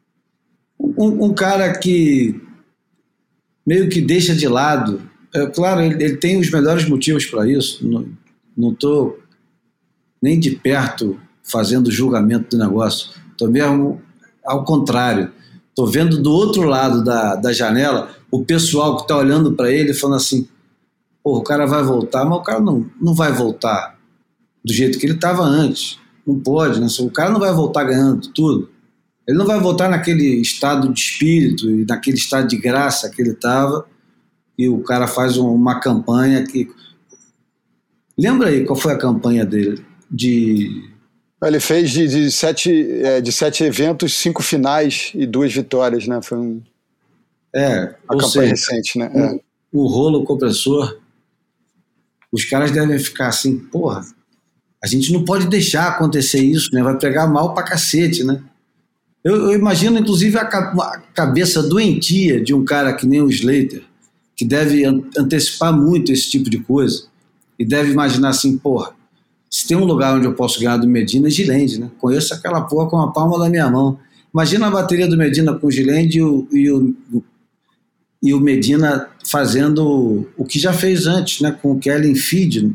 que meio que deixa de lado? Claro, ele tem os melhores motivos para isso. Não estou nem de perto fazendo julgamento do negócio. Estou mesmo ao contrário. Estou vendo do outro lado da janela o pessoal que está olhando para ele falando assim: o cara vai voltar, mas o cara não vai voltar do jeito que ele estava antes. Não pode, né? O cara não vai voltar ganhando tudo. Ele não vai voltar naquele estado de espírito e naquele estado de graça que ele estava, e o cara faz uma campanha que... Lembra aí qual foi a campanha dele? Ele fez de 7 eventos, 5 finais e 2 vitórias, né? Foi uma campanha recente, né? O rolo compressor. Os caras devem ficar assim, porra, a gente não pode deixar acontecer isso, né? Vai pegar mal pra cacete, né? Eu imagino, inclusive, a cabeça doentia de um cara que nem o Slater, que deve antecipar muito esse tipo de coisa, e deve imaginar assim, porra, se tem um lugar onde eu posso ganhar do Medina, é Gilende, né? Conheço aquela porra com a palma da minha mão. Imagina a bateria do Medina com o Gilende e o Medina fazendo o que já fez antes, né? Com o Kellen Feed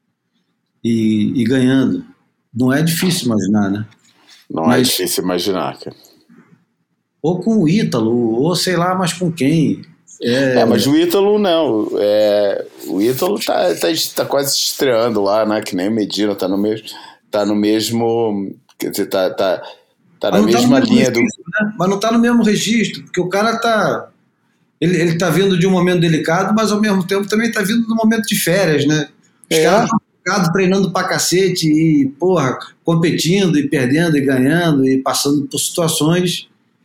e ganhando. Não é difícil imaginar, né? Não é difícil imaginar, cara. Ou com o Ítalo, ou sei lá, mas com quem? Mas o Ítalo não. O Ítalo tá quase estreando lá, né? Que nem o Medina, tá no mesmo. Quer dizer, tá na mesma linha do. Né? Mas não tá no mesmo registro, porque o cara tá. Ele tá vindo de um momento delicado, mas ao mesmo tempo também tá vindo de um momento de férias, né? Os caras estão treinando pra cacete e, porra, competindo e perdendo e ganhando e passando por situações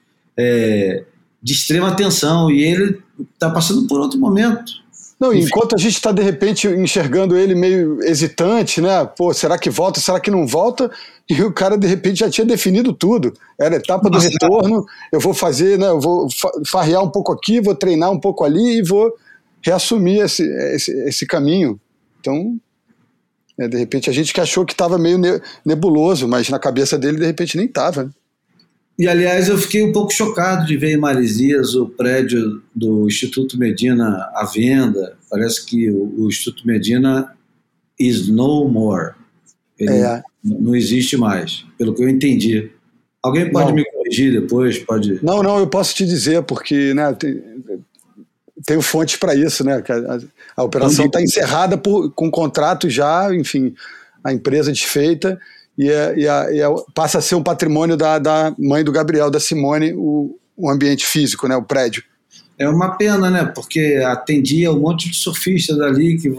de extrema tensão, e ele tá passando por outro momento. Não, enquanto a gente está de repente enxergando ele meio hesitante, né? Pô, será que volta, será que não volta? E o cara de repente já tinha definido tudo. Era a etapa do retorno, eu vou fazer, né? Eu vou farrear um pouco aqui, vou treinar um pouco ali e vou reassumir esse caminho. Então, de repente a gente que achou que estava meio nebuloso, mas na cabeça dele de repente nem estava, né? E, aliás, eu fiquei um pouco chocado de ver em Marizias o prédio do Instituto Medina à venda. Parece que o Instituto Medina is no more. Ele não existe mais, pelo que eu entendi. Alguém pode me corrigir depois? Pode... Não, eu posso te dizer, porque, né, tenho fontes para isso, né? A operação está encerrada com contrato já, enfim, a empresa desfeita. E passa a ser um patrimônio da mãe do Gabriel, da Simone, o ambiente físico, né, o prédio. É uma pena, né, porque atendia um monte de surfistas ali que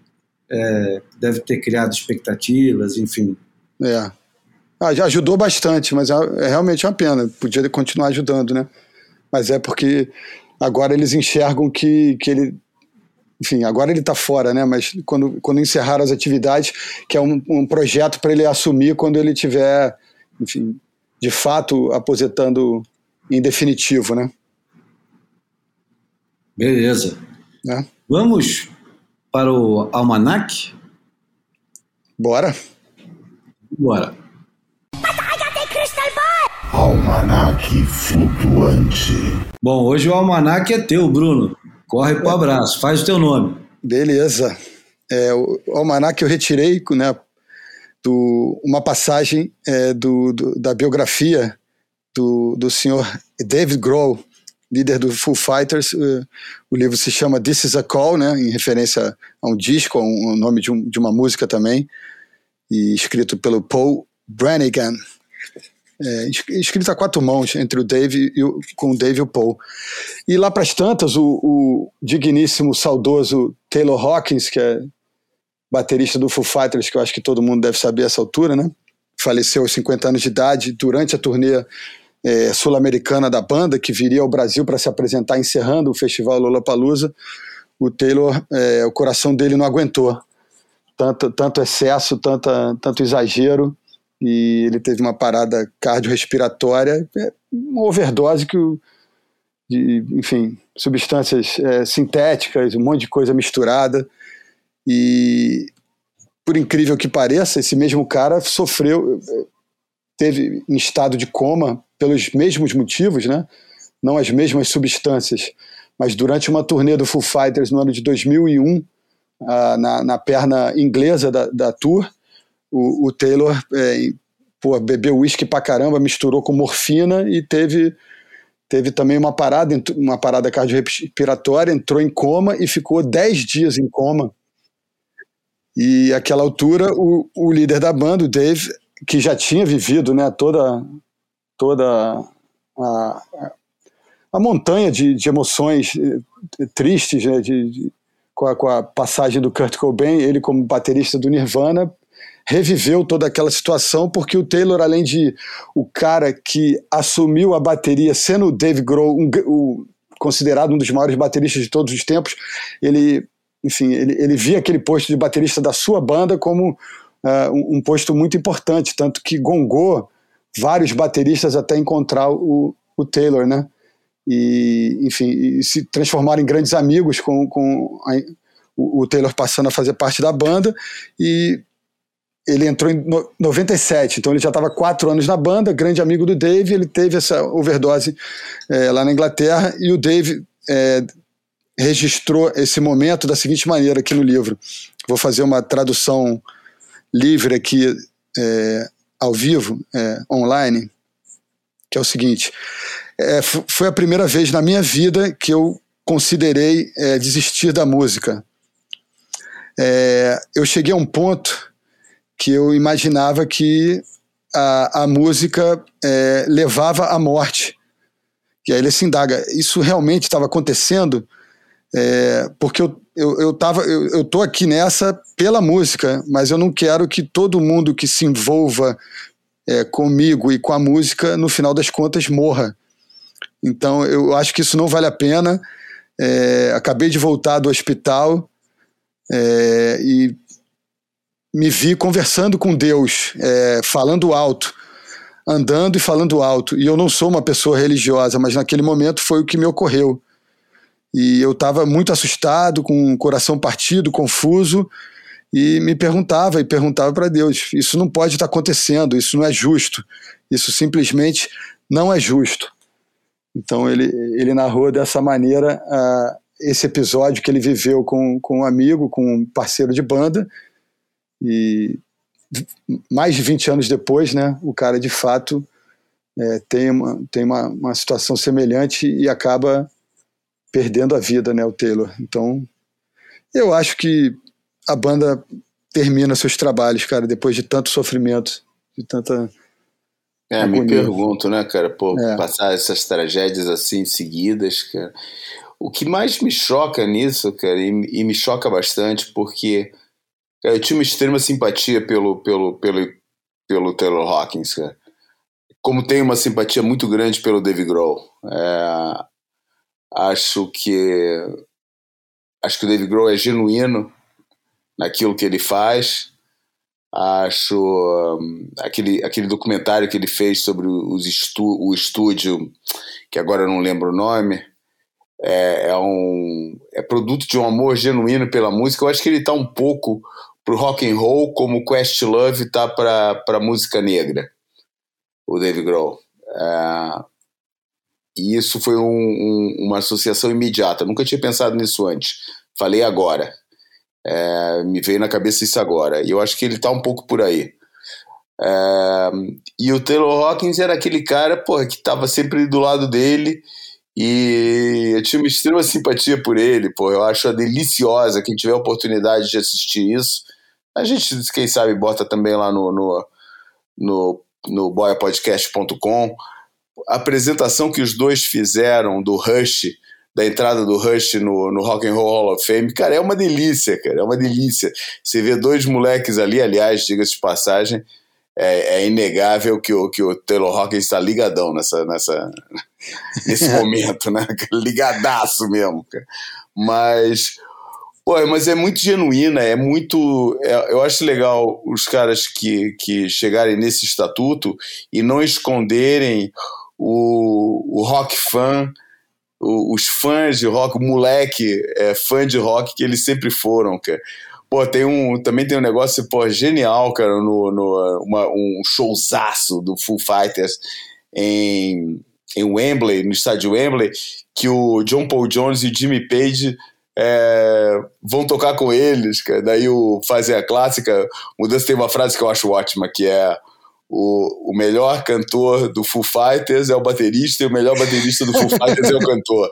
deve ter criado expectativas, enfim. Já ajudou bastante, mas é realmente uma pena, podia continuar ajudando, né, mas é porque agora eles enxergam que ele... Enfim, agora ele está fora, né? Mas quando encerrar as atividades, que é um projeto para ele assumir quando ele tiver, enfim, de fato aposentando em definitivo, né? Beleza. Né? Vamos para o almanac? Bora. Bora. Almanac flutuante. Bom, hoje o almanac é teu, Bruno. Corre pro abraço, faz o teu nome. Beleza. O almanac eu retirei, né, uma passagem da biografia do senhor David Grohl, líder do Foo Fighters. O livro se chama This Is a Call, né, em referência a um disco, o nome de uma música também, e escrito pelo Paul Brannigan. Escrito a 4 mãos entre o Dave com o Dave e o Paul. E lá para as tantas, o digníssimo, saudoso Taylor Hawkins, que é baterista do Foo Fighters, que eu acho que todo mundo deve saber a essa altura, né? Faleceu aos 50 anos de idade durante a turnê sul-americana da banda, que viria ao Brasil para se apresentar encerrando o festival Lollapalooza. O Taylor, o coração dele não aguentou tanto excesso, tanto exagero, e ele teve uma parada cardiorrespiratória, uma overdose enfim, substâncias sintéticas, um monte de coisa misturada. E, por incrível que pareça, esse mesmo cara teve em estado de coma pelos mesmos motivos, né? Não as mesmas substâncias, mas durante uma turnê do Foo Fighters no ano de 2001, na perna inglesa da tour, o Taylor bebeu uísque pra caramba, misturou com morfina e teve também uma parada cardiorrespiratória, entrou em coma e ficou 10 dias em coma. E àquela altura o líder da banda, o Dave, que já tinha vivido, né, toda a montanha de emoções tristes, né, com a passagem do Kurt Cobain, ele como baterista do Nirvana, reviveu toda aquela situação, porque o Taylor, além de o cara que assumiu a bateria, sendo o Dave Grohl considerado um dos maiores bateristas de todos os tempos, ele via aquele posto de baterista da sua banda como um posto muito importante, tanto que gongou vários bateristas até encontrar o Taylor, né? E, enfim, e se transformaram em grandes amigos com o Taylor passando a fazer parte da banda. E ele entrou em 97, então ele já estava 4 anos na banda, grande amigo do Dave. Ele teve essa overdose lá na Inglaterra, e o Dave registrou esse momento da seguinte maneira aqui no livro. Vou fazer uma tradução livre aqui, ao vivo, online, que é o seguinte: foi a primeira vez na minha vida que eu considerei desistir da música. Eu cheguei a um ponto que eu imaginava que a música levava à morte. E aí ele se indaga: isso realmente estava acontecendo? Porque eu tô aqui nessa pela música, mas eu não quero que todo mundo que se envolva comigo e com a música, no final das contas, morra. Então eu acho que isso não vale a pena. Acabei de voltar do hospital e me vi conversando com Deus, falando alto, andando e falando alto. E eu não sou uma pessoa religiosa, mas naquele momento foi o que me ocorreu. E eu estava muito assustado, com o coração partido, confuso, e me perguntava para Deus: isso não pode estar acontecendo, isso não é justo, isso simplesmente não é justo. Então ele narrou dessa maneira esse episódio que ele viveu com um amigo, com um parceiro de banda, e mais de 20 anos depois, né, o cara de fato tem uma situação semelhante e acaba perdendo a vida, né, o Taylor. Então eu acho que a banda termina seus trabalhos, cara, depois de tanto sofrimento, de tanta agonia. Me pergunto, né, cara, passar essas tragédias assim seguidas, cara. O que mais me choca nisso, cara, e me choca bastante, porque, cara, eu tinha uma extrema simpatia pelo Taylor Hawkins, cara. Como tenho uma simpatia muito grande pelo Dave Grohl. Acho que o Dave Grohl é genuíno naquilo que ele faz. Acho aquele documentário que ele fez sobre o estúdio, que agora eu não lembro o nome, é produto de um amor genuíno pela música. Eu acho que ele está um pouco pro rock and roll como o Questlove está para música negra, o Dave Grohl. E isso foi uma associação imediata. Nunca tinha pensado nisso antes. Falei agora. Me veio na cabeça isso agora. E eu acho que ele tá um pouco por aí. E o Taylor Hawkins era aquele cara, porra, que tava sempre do lado dele, e eu tinha uma extrema simpatia por ele, porra. Eu acho deliciosa. Quem tiver a oportunidade de assistir isso, a gente, quem sabe, bota também lá no boiapodcast.com a apresentação que os dois fizeram do Rush, da entrada do Rush no Rock and Roll Hall of Fame. Cara, é uma delícia, cara, é uma delícia. Você vê dois moleques ali, aliás, diga-se de passagem, é inegável que o Taylor Hawkins está ligadão nesse momento, né? Ligadaço mesmo, cara. Mas é muito genuína, é muito... eu acho legal os caras que chegarem nesse estatuto e não esconderem o rock fã, os fãs de rock, o moleque fã de rock que eles sempre foram, cara. Também tem um negócio, genial, cara, um showzaço do Foo Fighters em Wembley, no estádio Wembley, que o John Paul Jones e o Jimmy Page vão tocar com eles, cara. Daí fazem a clássica. O Mudança tem uma frase que eu acho ótima, que é: o melhor cantor do Foo Fighters é o baterista, e o melhor baterista do Foo Fighters é o cantor.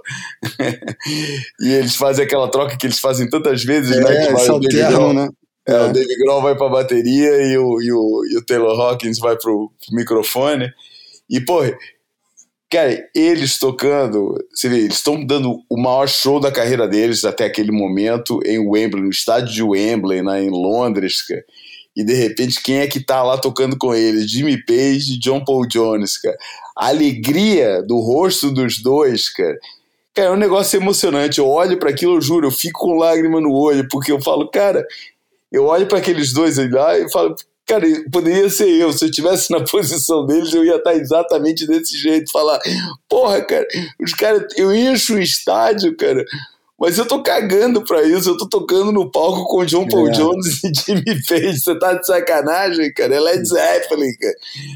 E eles fazem aquela troca que eles fazem tantas vezes, né? Que vai o Dave Grohl, né? O Dave Grohl vai pra bateria e o Taylor Hawkins vai pro microfone. E, cara, eles tocando, você vê, eles estão dando o maior show da carreira deles até aquele momento em Wembley, no estádio de Wembley, né, em Londres, cara. E de repente, quem é que tá lá tocando com eles? Jimmy Page e John Paul Jones, cara. A alegria do rosto dos dois, cara. Cara, é um negócio emocionante. Eu olho para aquilo, eu juro, eu fico com lágrima no olho, porque eu falo, cara, eu olho para aqueles dois lá e falo, cara, poderia ser eu. Se eu estivesse na posição deles, eu ia estar exatamente desse jeito. Falar, porra, cara, os caras, eu encho o estádio, cara, mas eu tô cagando pra isso. Eu tô tocando no palco com o John Paul Jones e Jimmy Page. Você tá de sacanagem, cara? É Led Zeppelin, cara.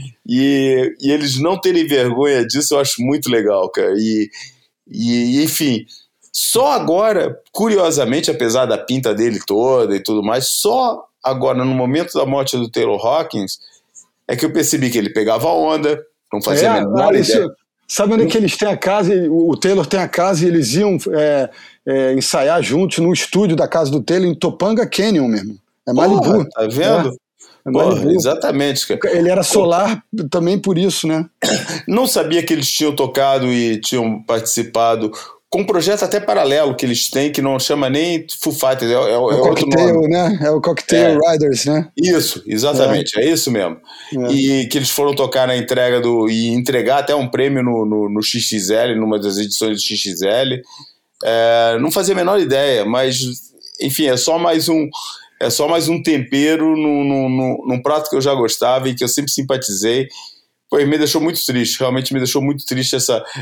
E eles não terem vergonha disso, eu acho muito legal, cara. E enfim, só agora, curiosamente, apesar da pinta dele toda e tudo mais, só agora, no momento da morte do Taylor Hawkins, é que eu percebi que ele pegava onda, não fazia a menor ideia. Sabe onde é que eles têm a casa? O Taylor tem a casa e eles iam ensaiar juntos no estúdio da casa do Taylor em Topanga Canyon mesmo. É Malibu. Tá vendo? Malibu. Exatamente, cara. Ele era solar também por isso, né? Não sabia que eles tinham tocado e tinham participado com um projeto até paralelo que eles têm, que não chama nem Foo Fighters, é outro nome. Né? É o Cocktail Riders, né? Isso, exatamente, é isso mesmo. E que eles foram tocar na entrega e entregar até um prêmio no XXL, numa das edições do XXL. Não fazia a menor ideia, mas, enfim, é só mais um tempero num prato que eu já gostava e que eu sempre simpatizei. Me deixou muito triste, realmente me deixou muito triste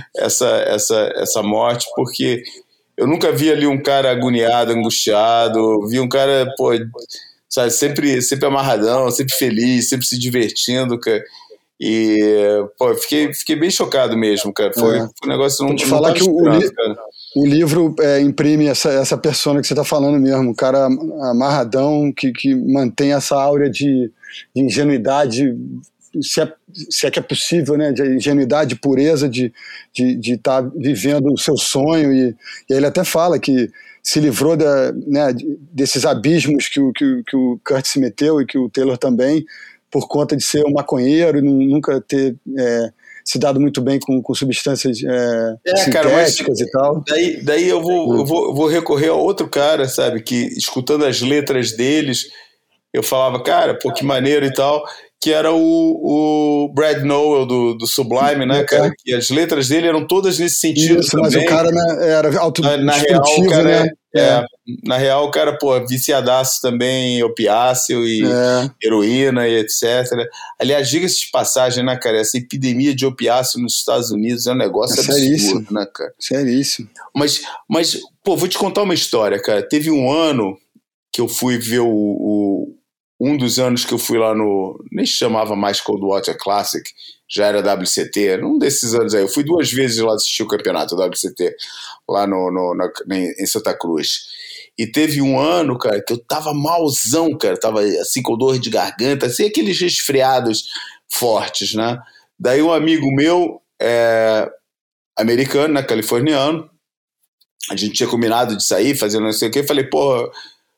essa morte, porque eu nunca vi ali um cara agoniado, angustiado, vi um cara, sabe, sempre amarradão, sempre feliz, sempre se divertindo, cara. E, fiquei bem chocado mesmo, cara. Foi um negócio... Vou te falar que o livro imprime essa persona que você está falando mesmo, um cara amarradão, que mantém essa áurea de ingenuidade, se é que é possível, né, de ingenuidade, pureza, de estar vivendo o seu sonho, e aí ele até fala que se livrou desses abismos que o Kurt se meteu e que o Taylor também, por conta de ser um maconheiro e nunca ter se dado muito bem com substâncias sintéticas e tal. Daí eu vou recorrer a outro cara, sabe, que escutando as letras deles, eu falava, cara, que maneiro e tal. que era o Brad Nowell do Sublime, né, cara? Que as letras dele eram todas nesse sentido. Isso, também. Mas o cara era autodestrutivo, real, né? Na real, o cara, pô, viciadaço também, opiáceo e heroína e etc. Aliás, diga-se de passagem, né, cara? Essa epidemia de opiáceo nos Estados Unidos é um negócio absurdo, né, cara? Seríssimo. Mas, pô, vou te contar uma história, cara. Teve um ano que eu fui ver um dos anos que eu fui lá nem se chamava mais Coldwater Classic, já era WCT, num desses anos aí. Eu fui 2 vezes lá assistir o campeonato WCT, lá em Santa Cruz. E teve um ano, cara, que eu tava malzão, cara, tava assim com dor de garganta, assim, aqueles resfriados fortes, né? Daí um amigo meu, americano, né, californiano, a gente tinha combinado de sair, fazendo não sei o quê, falei, pô,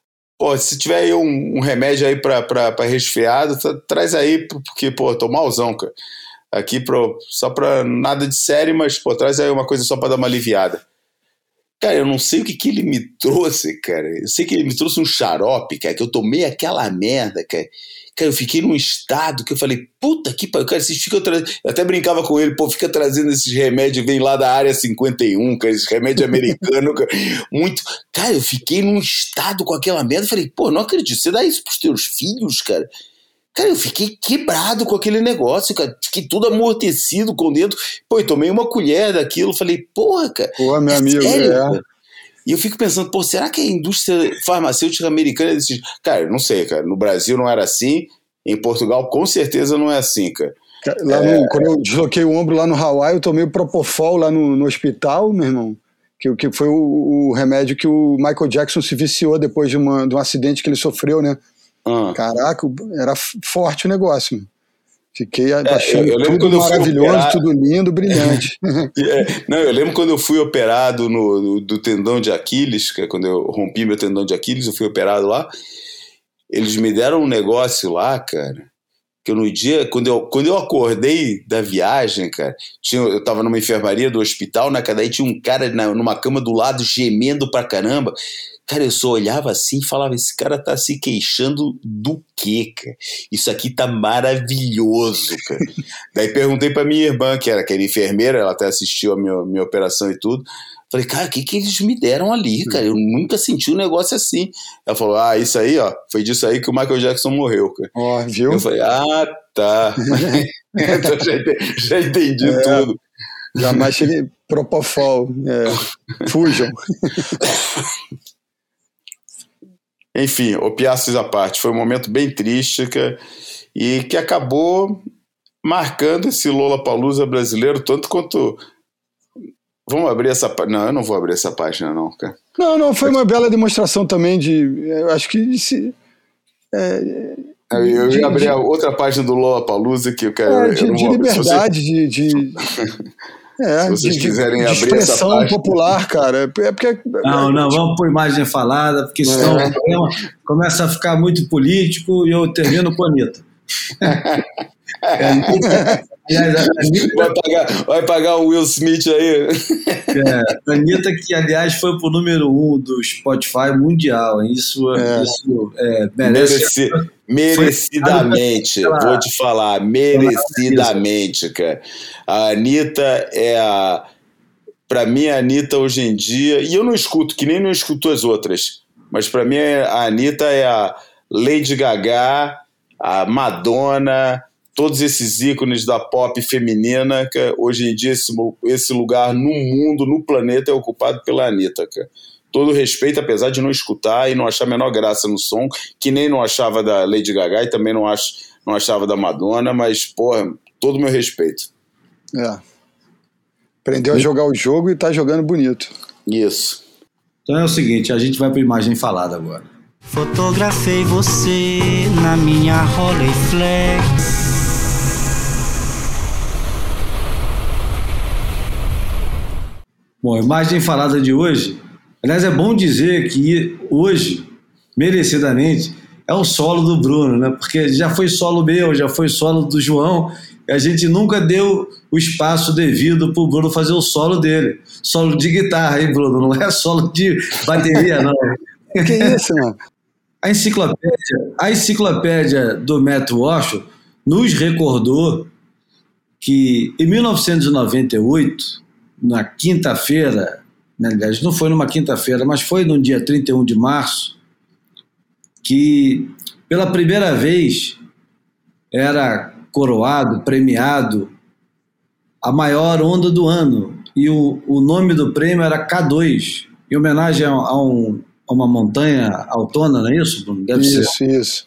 se tiver aí um remédio aí pra resfriado, traz aí, porque, pô, tô malzão, cara. Aqui só pra nada de sério, mas, pô, traz aí uma coisa só pra dar uma aliviada. Cara, eu não sei o que ele me trouxe, cara. Eu sei que ele me trouxe um xarope, cara, que eu tomei aquela merda, cara. Cara, eu fiquei num estado que eu falei, puta que pariu, cara, vocês ficam trazendo... Eu até brincava com ele, pô, fica trazendo esses remédios, vem lá da área 51, cara, esses remédios americanos, cara, muito... Cara, eu fiquei num estado com aquela merda, falei, pô, não acredito, você dá isso pros teus filhos, cara? Cara, eu fiquei quebrado com aquele negócio, cara, fiquei tudo amortecido com dentro, pô, eu tomei uma colher daquilo, falei, porra, cara, pô, meu amigo, sério, cara? E eu fico pensando, pô, será que a indústria farmacêutica americana é desse... Cara, não sei, cara. No Brasil não era assim, em Portugal com certeza não é assim, cara. Quando eu desloquei o ombro lá no Hawaii, eu tomei o Propofol lá no hospital, meu irmão, que foi o remédio que o Michael Jackson se viciou depois de um acidente que ele sofreu, né? Caraca, era forte o negócio, mano. Fiquei achando tudo maravilhoso, tudo lindo, brilhante. Não, eu lembro quando eu fui operado do tendão de Aquiles, que é quando eu rompi meu tendão de Aquiles, eu fui operado lá. Eles me deram um negócio lá, cara, que eu no dia, quando eu acordei da viagem, cara, eu tava numa enfermaria do hospital, né, daí tinha um cara numa cama do lado gemendo pra caramba. Cara, eu só olhava assim e falava, esse cara tá se queixando do quê, cara? Isso aqui tá maravilhoso, cara. Daí perguntei pra minha irmã, que era enfermeira, ela até assistiu a minha operação e tudo. Falei, cara, o que eles me deram ali, cara? Eu nunca senti um negócio assim. Ela falou, isso aí, ó, foi disso aí que o Michael Jackson morreu, cara. Viu? Eu falei, tá. Então já entendi tudo. Jamais cheguei. Propofol, fujam. Enfim, opiáceos à parte, foi um momento bem triste, cara, e que acabou marcando esse Lollapalooza brasileiro, tanto quanto... Vamos abrir essa página? Não, eu não vou abrir essa página não, cara. Não, foi uma bela demonstração também eu acho que... eu ia abrir a outra página do Lollapalooza que eu quero... de liberdade, se vocês quiserem de abrir expressão essa página popular, cara. Porque, não, vamos por imagem falada, porque senão o programa começa a ficar muito político e eu termino com a Anitta. Vai pagar o Will Smith aí. A Anitta, que aliás foi pro número 1 do Spotify mundial. Isso merece. Merecidamente, vou te falar, merecidamente, cara. A Anitta pra mim, a Anitta hoje em dia, e eu não escuto, que nem não escuto as outras, mas pra mim a Anitta é a Lady Gaga, a Madonna, todos esses ícones da pop feminina, que hoje em dia esse lugar no mundo, no planeta, é ocupado pela Anitta, cara. Todo respeito, apesar de não escutar e não achar a menor graça no som, que nem não achava da Lady Gaga e também não achava da Madonna, mas, porra, todo o meu respeito. Aprendeu a jogar o jogo e tá jogando bonito. Isso. Então é o seguinte, a gente vai para imagem falada agora. Fotografei você na minha Rolleiflex. Bom, a imagem falada de hoje, aliás, é bom dizer que hoje, merecidamente, é o solo do Bruno, né? Porque já foi solo meu, já foi solo do João, e a gente nunca deu o espaço devido para o Bruno fazer o solo dele. Solo de guitarra, hein, Bruno? Não é solo de bateria, não. Que isso, mano? A enciclopédia do Matt Walsh nos recordou que em 1998, na quinta-feira, aliás, não foi numa quinta-feira, mas foi no dia 31 de março, que pela primeira vez era coroado, premiado, a maior onda do ano. E o nome do prêmio era K2, em homenagem a uma montanha autona, não é isso, Bruno? Deve ser. Isso.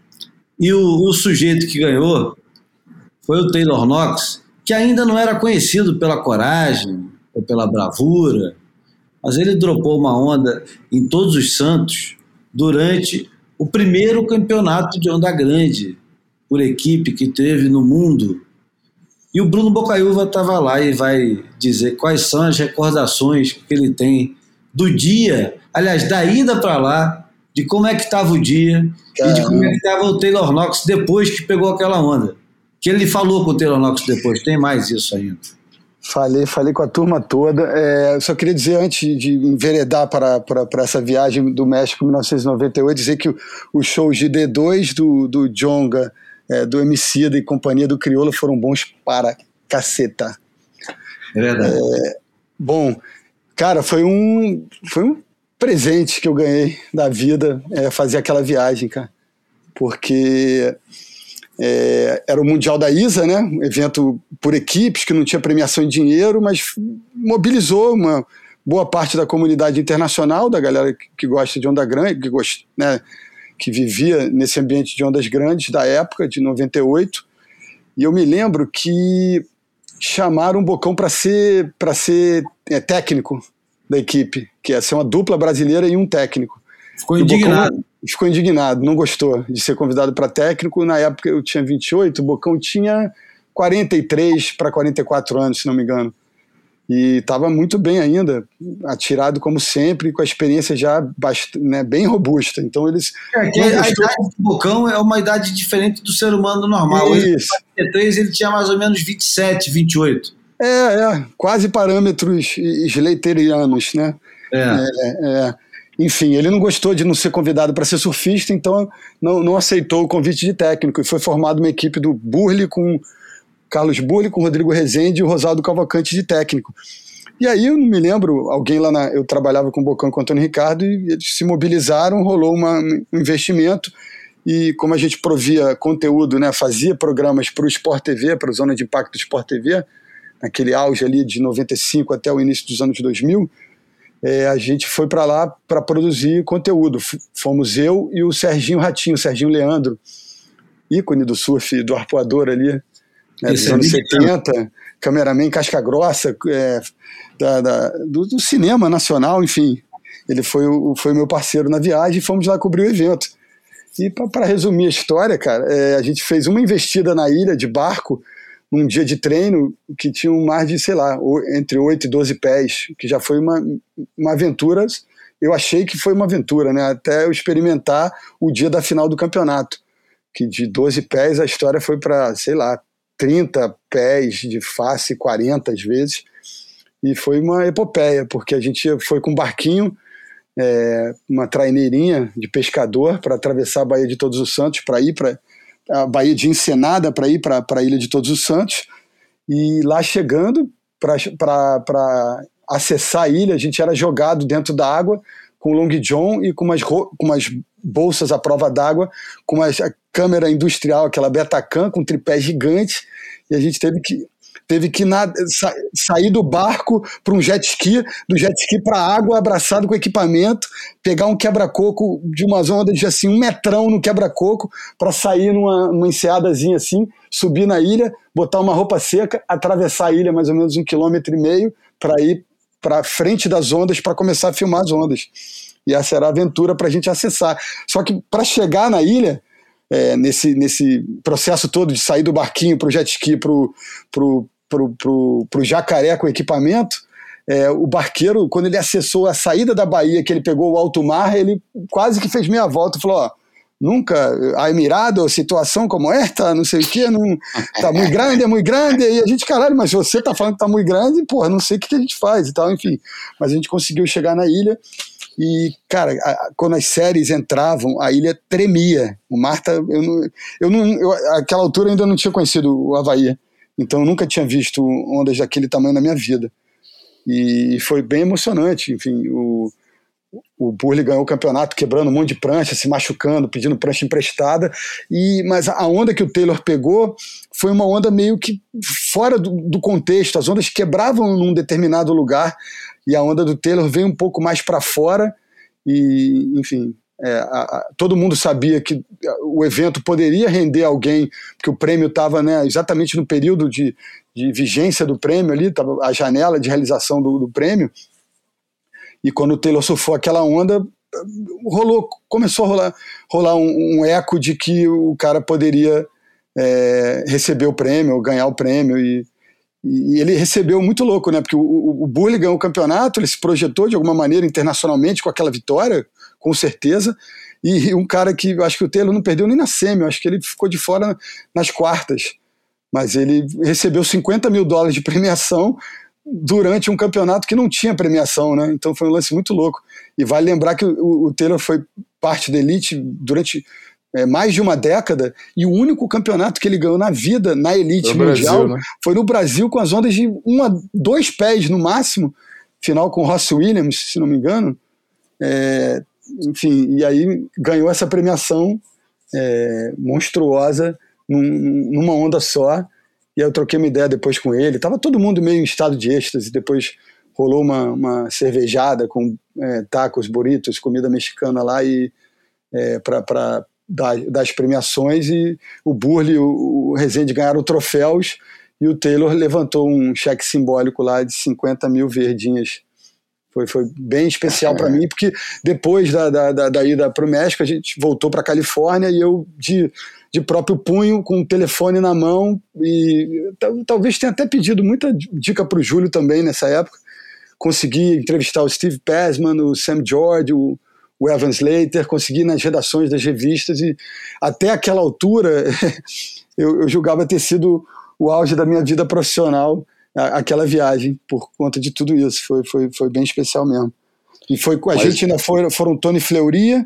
E o sujeito que ganhou foi o Taylor Knox, que ainda não era conhecido pela coragem ou pela bravura, mas ele dropou uma onda em Todos os Santos durante o primeiro campeonato de onda grande por equipe que teve no mundo. E o Bruno Bocaiúva estava lá e vai dizer quais são as recordações que ele tem do dia, aliás, da ida para lá, de como é que estava o dia e de como é que estava o Taylor Knox depois que pegou aquela onda. Que ele falou com o Taylor Knox depois, tem mais isso ainda. Falei com a turma toda. Só queria dizer, antes de enveredar para essa viagem do México em 1998, dizer que os shows de D2 do Djonga, do Emicida e companhia do Criolo foram bons para caceta. É verdade. Bom, cara, foi um presente que eu ganhei da vida, fazer aquela viagem, cara. Porque era o Mundial da ISA, né? Um evento por equipes que não tinha premiação em dinheiro, mas mobilizou uma boa parte da comunidade internacional, da galera que gosta de onda grande, que vivia nesse ambiente de ondas grandes da época, de 98. E eu me lembro que chamaram o Bocão para ser técnico da equipe, que ia ser uma dupla brasileira e um técnico. Ficou indignado. Ficou indignado, não gostou de ser convidado para técnico. Na época eu tinha 28, o Bocão tinha 43 para 44 anos, se não me engano. E estava muito bem ainda, atirado como sempre, com a experiência já bem robusta. Então eles... a idade do Bocão é uma idade diferente do ser humano normal. Isso. Em 43 ele tinha mais ou menos 27, 28. Quase parâmetros sleiterianos, né? Enfim, ele não gostou de não ser convidado para ser surfista, então não aceitou o convite de técnico, e foi formada uma equipe do Burle com Carlos Burle, com Rodrigo Rezende e o Rosaldo Cavalcante de técnico. E aí eu não me lembro, alguém lá eu trabalhava com o Bocão e com o Antônio Ricardo, e eles se mobilizaram, rolou um investimento, e como a gente provia conteúdo, né, fazia programas para o Sport TV, para a Zona de Impacto do Sport TV, naquele auge ali de 95 até o início dos anos 2000, a gente foi para lá para produzir conteúdo. Fomos eu e o Serginho Ratinho, o Serginho Leandro, ícone do surf, do arpoador ali, dos anos 70, cameraman casca grossa, do cinema nacional, enfim. Ele foi meu parceiro na viagem e fomos lá cobrir o evento. E para resumir a história, cara, a gente fez uma investida na ilha de barco, num dia de treino que tinha um mar de, sei lá, entre 8 e 12 pés, que já foi uma aventura. Eu achei que foi uma aventura, né? Até eu experimentar o dia da final do campeonato, que de 12 pés a história foi para, sei lá, 30 pés de face, 40 às vezes, e foi uma epopeia, porque a gente foi com um barquinho, uma traineirinha de pescador, para atravessar a Baía de Todos os Santos, para ir para a Baía de Ensenada, para ir para a Ilha de Todos os Santos, e lá chegando, para acessar a ilha, a gente era jogado dentro da água com long john e com umas bolsas à prova d'água, com a câmera industrial, aquela Betacam, com tripé gigante, e a gente teve que sair do barco para um jet ski, do jet ski para a água, abraçado com equipamento, pegar um quebra-coco de umas ondas de assim, 1 metrão no quebra-coco, para sair numa enseadazinha assim, subir na ilha, botar uma roupa seca, atravessar a ilha mais ou menos 1,5 km para ir para frente das ondas, para começar a filmar as ondas. E essa era a aventura para a gente acessar. Só que para chegar na ilha, nesse processo todo de sair do barquinho para o jet ski, pro jacaré com equipamento, o barqueiro, quando ele acessou a saída da Bahia, que ele pegou o alto mar, ele quase que fez meia volta e falou: nunca há mirado situação como esta, não sei o que, tá muito grande, e a gente, caralho, mas você tá falando que tá muito grande, porra, não sei o que a gente faz e tal, enfim. Mas a gente conseguiu chegar na ilha E, cara, quando as séries entravam, a ilha tremia. O Marta, àquela altura eu ainda não tinha conhecido o Havaí, então eu nunca tinha visto ondas daquele tamanho na minha vida. E foi bem emocionante. Enfim, o Burley ganhou o campeonato quebrando um monte de prancha, se machucando, pedindo prancha emprestada. Mas a onda que o Taylor pegou foi uma onda meio que fora do contexto. As ondas quebravam num determinado lugar e a onda do Taylor veio um pouco mais para fora. E, enfim, todo mundo sabia que o evento poderia render alguém, porque o prêmio estava, né, exatamente no período de vigência do prêmio ali, estava a janela de realização do prêmio. E quando o Taylor surfou aquela onda, começou a rolar um eco de que o cara poderia receber o prêmio, ou ganhar o prêmio. E ele recebeu muito louco, né? Porque o Burley ganhou o campeonato, ele se projetou de alguma maneira internacionalmente com aquela vitória, com certeza. E um cara que eu acho que o Taylor não perdeu nem na semi, eu acho que ele ficou de fora nas quartas. Mas ele recebeu $50 mil de premiação durante um campeonato que não tinha premiação, né? Então foi um lance muito louco. E vale lembrar que o Taylor foi parte da elite durante mais de uma década, e o único campeonato que ele ganhou na vida, na elite mundial, Brasil, né? Foi no Brasil, com as ondas de 1 a 2 pés no máximo, final com o Ross Williams, se não me engano. Enfim, e aí ganhou essa premiação monstruosa numa onda só. E aí eu troquei uma ideia depois com ele, tava todo mundo meio em estado de êxtase, depois rolou uma cervejada com tacos, burritos, comida mexicana lá, e para das premiações, e o Burley e o Rezende ganharam troféus, e o Taylor levantou um cheque simbólico lá de 50 mil verdinhas. Foi bem especial para mim, porque depois da ida para o México, a gente voltou para a Califórnia, e eu, de próprio punho, com o telefone na mão, e talvez tenha até pedido muita dica para o Júlio também nessa época, consegui entrevistar o Steve Passman, o Sam George, o Evan Slater, consegui ir nas redações das revistas, e até aquela altura eu julgava ter sido o auge da minha vida profissional, aquela viagem, por conta de tudo isso. Foi bem especial mesmo. E foi com a gente, ainda foram Tony Fleury,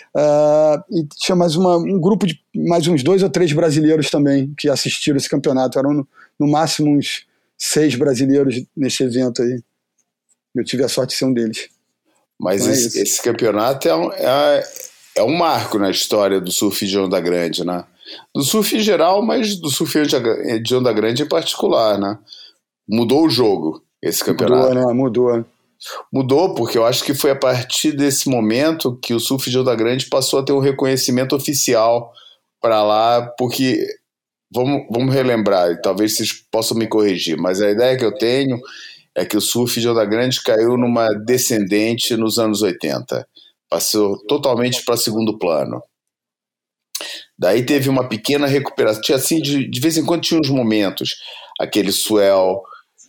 e tinha mais um grupo de mais uns 2 ou 3 brasileiros também que assistiram esse campeonato. Eram no máximo uns 6 brasileiros nesse evento aí. Eu tive a sorte de ser um deles. Mas então esse campeonato é um marco na história do surf de onda grande, né? Do surf em geral, mas do surf de onda grande em particular, né? Mudou o jogo, esse campeonato. Mudou, né? Mudou, porque eu acho que foi a partir desse momento que o surf de onda grande passou a ter um reconhecimento oficial para lá, porque, vamos relembrar, e talvez vocês possam me corrigir, mas a ideia que eu tenho é que o surf de onda grande caiu numa descendente nos anos 80, passou totalmente para segundo plano. Daí teve uma pequena recuperação, tinha assim, de vez em quando tinha uns momentos, aquele swell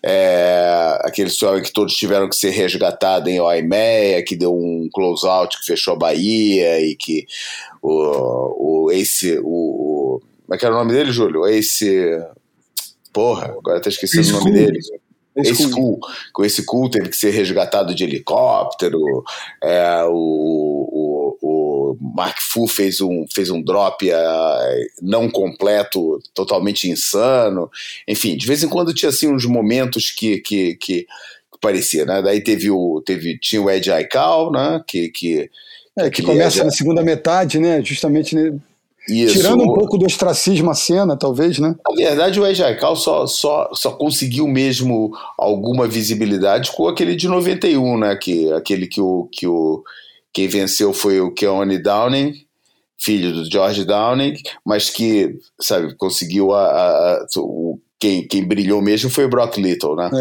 em que todos tiveram que ser resgatados em Waimea, que deu um close-out que fechou a Bahia, e que como é que era o nome dele, Júlio? Agora até esqueci o nome dele. Com esse Cool teve que ser resgatado de helicóptero. O Mark Fu fez um drop não completo, totalmente insano. Enfim, de vez em quando tinha assim uns momentos que parecia, né? Daí tinha o Ed Aikau, né? Que começa na segunda metade, né? Justamente, né? Isso. Tirando um pouco do ostracismo a cena, talvez, né? Na verdade, o Ed Aikau só conseguiu mesmo alguma visibilidade com aquele de 91, né? Aquele quem venceu foi o Keone Downing, filho do George Downing, mas que, sabe, conseguiu quem brilhou mesmo foi o Brock Little, né?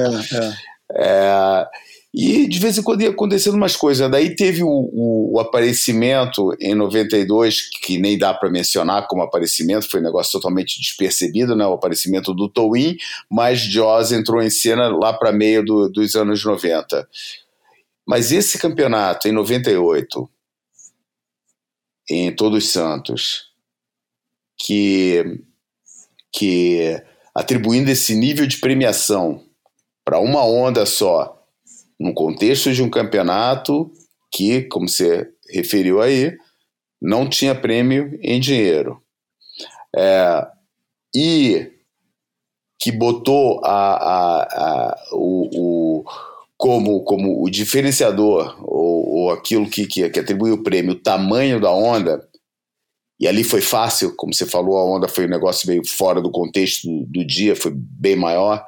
E de vez em quando ia acontecendo umas coisas. Daí teve o aparecimento em 92, que nem dá para mencionar como aparecimento, foi um negócio totalmente despercebido, né? O aparecimento do Towin, mas Jaws entrou em cena lá para meio dos anos 90. Mas esse campeonato em 98, em Todos Santos, que atribuindo esse nível de premiação para uma onda só, no contexto de um campeonato, que, como você referiu aí, não tinha prêmio em dinheiro. E que botou como o diferenciador, ou aquilo que atribuiu o prêmio, o tamanho da onda, e ali foi fácil, como você falou, a onda foi um negócio meio fora do contexto do dia, foi bem maior,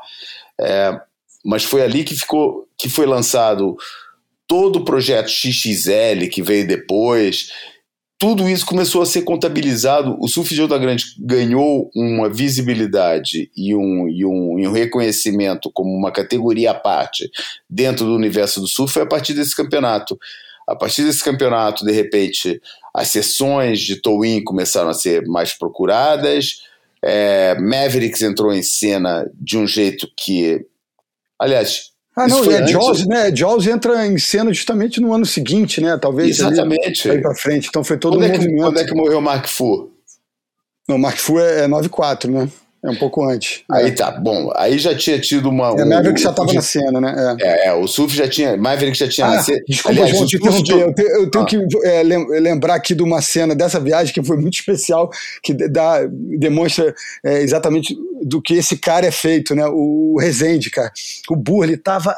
mas foi ali que foi lançado todo o projeto XXL que veio depois. Tudo isso começou a ser contabilizado. O surf de onda grande ganhou uma visibilidade e um reconhecimento como uma categoria à parte dentro do universo do surf a partir desse campeonato. A partir desse campeonato, de repente, as sessões de tow-in começaram a ser mais procuradas, Mavericks entrou em cena de um jeito que... Aliás... Jaws, né? Jaws entra em cena justamente no ano seguinte, né? Talvez. Exatamente. Aí pra frente. Então foi todo um movimento. Quando é que morreu o Mark Fu? Não, o Mark Fu é 94, né? É um pouco antes. Aí tá, bom. Aí já tinha tido uma... Maverick já estava na cena, né? O surf já tinha... Maverick já tinha nascido. Desculpa, aliás, João, te interromper. Eu tenho que lembrar aqui de uma cena dessa viagem que foi muito especial, que demonstra exatamente do que esse cara é feito, né? O Rezende, cara. O Burr, ele tava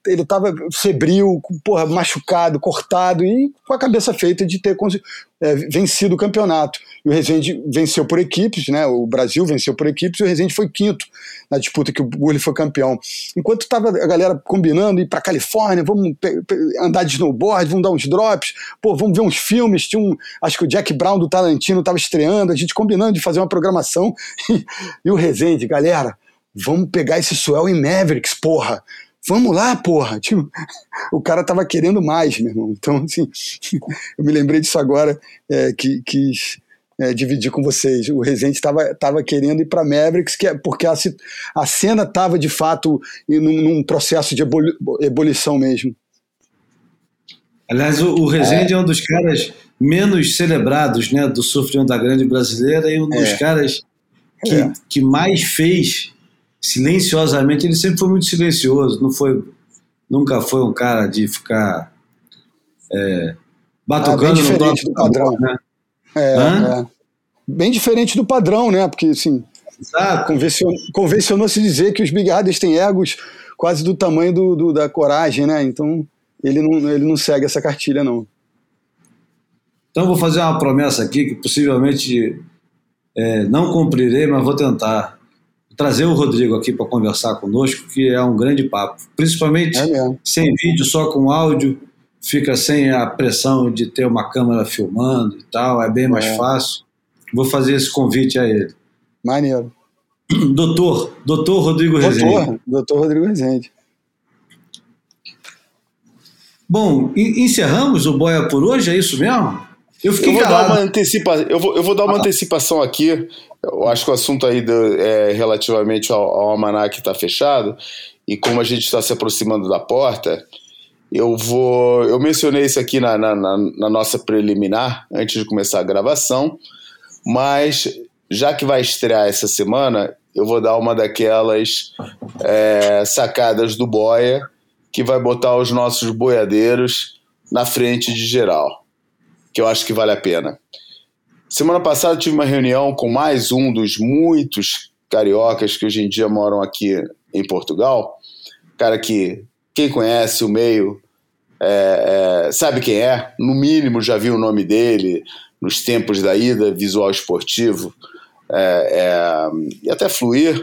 febril, porra, machucado, cortado e com a cabeça feita de ter vencido o campeonato. E o Rezende venceu por equipes, né? O Brasil venceu por equipes e o Rezende foi quinto na disputa que o Burley foi campeão. Enquanto estava a galera combinando ir para Califórnia, vamos andar de snowboard, vamos dar uns drops, vamos ver uns filmes, acho que o Jack Brown do Tarantino estava estreando, a gente combinando de fazer uma programação e o Rezende, galera, vamos pegar esse Swell em Mavericks, porra. Vamos lá, porra. Tipo, o cara tava querendo mais, meu irmão. Então, assim, eu me lembrei disso agora, que quis dividir com vocês. O Rezende estava querendo ir para Mavericks, porque a cena estava, de fato, num processo de ebulição mesmo. Aliás, o Rezende é um dos caras menos celebrados, né, do surf de onda grande brasileira e um dos caras que mais fez silenciosamente. Ele sempre foi muito silencioso, nunca foi um cara de ficar batucando bem diferente do padrão, né? Bem diferente do padrão, né? Porque assim, convencionou-se dizer que os Big Brothers têm egos quase do tamanho da coragem, né? Então ele não segue essa cartilha, não. Então vou fazer uma promessa aqui que possivelmente não cumprirei, mas vou tentar trazer o Rodrigo aqui para conversar conosco, que é um grande papo, principalmente sem vídeo, só com áudio, fica sem a pressão de ter uma câmera filmando e tal, é bem mais fácil. Vou fazer esse convite a ele. Maneiro. Doutor Rodrigo Rezende. Doutor Rodrigo Rezende. Bom, encerramos o Boia por hoje, é isso mesmo? Eu vou dar uma antecipação aqui. Eu acho que o assunto aí relativamente ao Almanac está fechado, e como a gente está se aproximando da porta, eu mencionei isso aqui na nossa preliminar, antes de começar a gravação, mas já que vai estrear essa semana, eu vou dar uma daquelas sacadas do Boia, que vai botar os nossos boiadeiros na frente de geral, que eu acho que vale a pena. Semana passada tive uma reunião com mais um dos muitos cariocas que hoje em dia moram aqui em Portugal, cara que quem conhece o meio sabe quem é, no mínimo já viu o nome dele nos tempos da ida, Visual Esportivo, e até Fluir,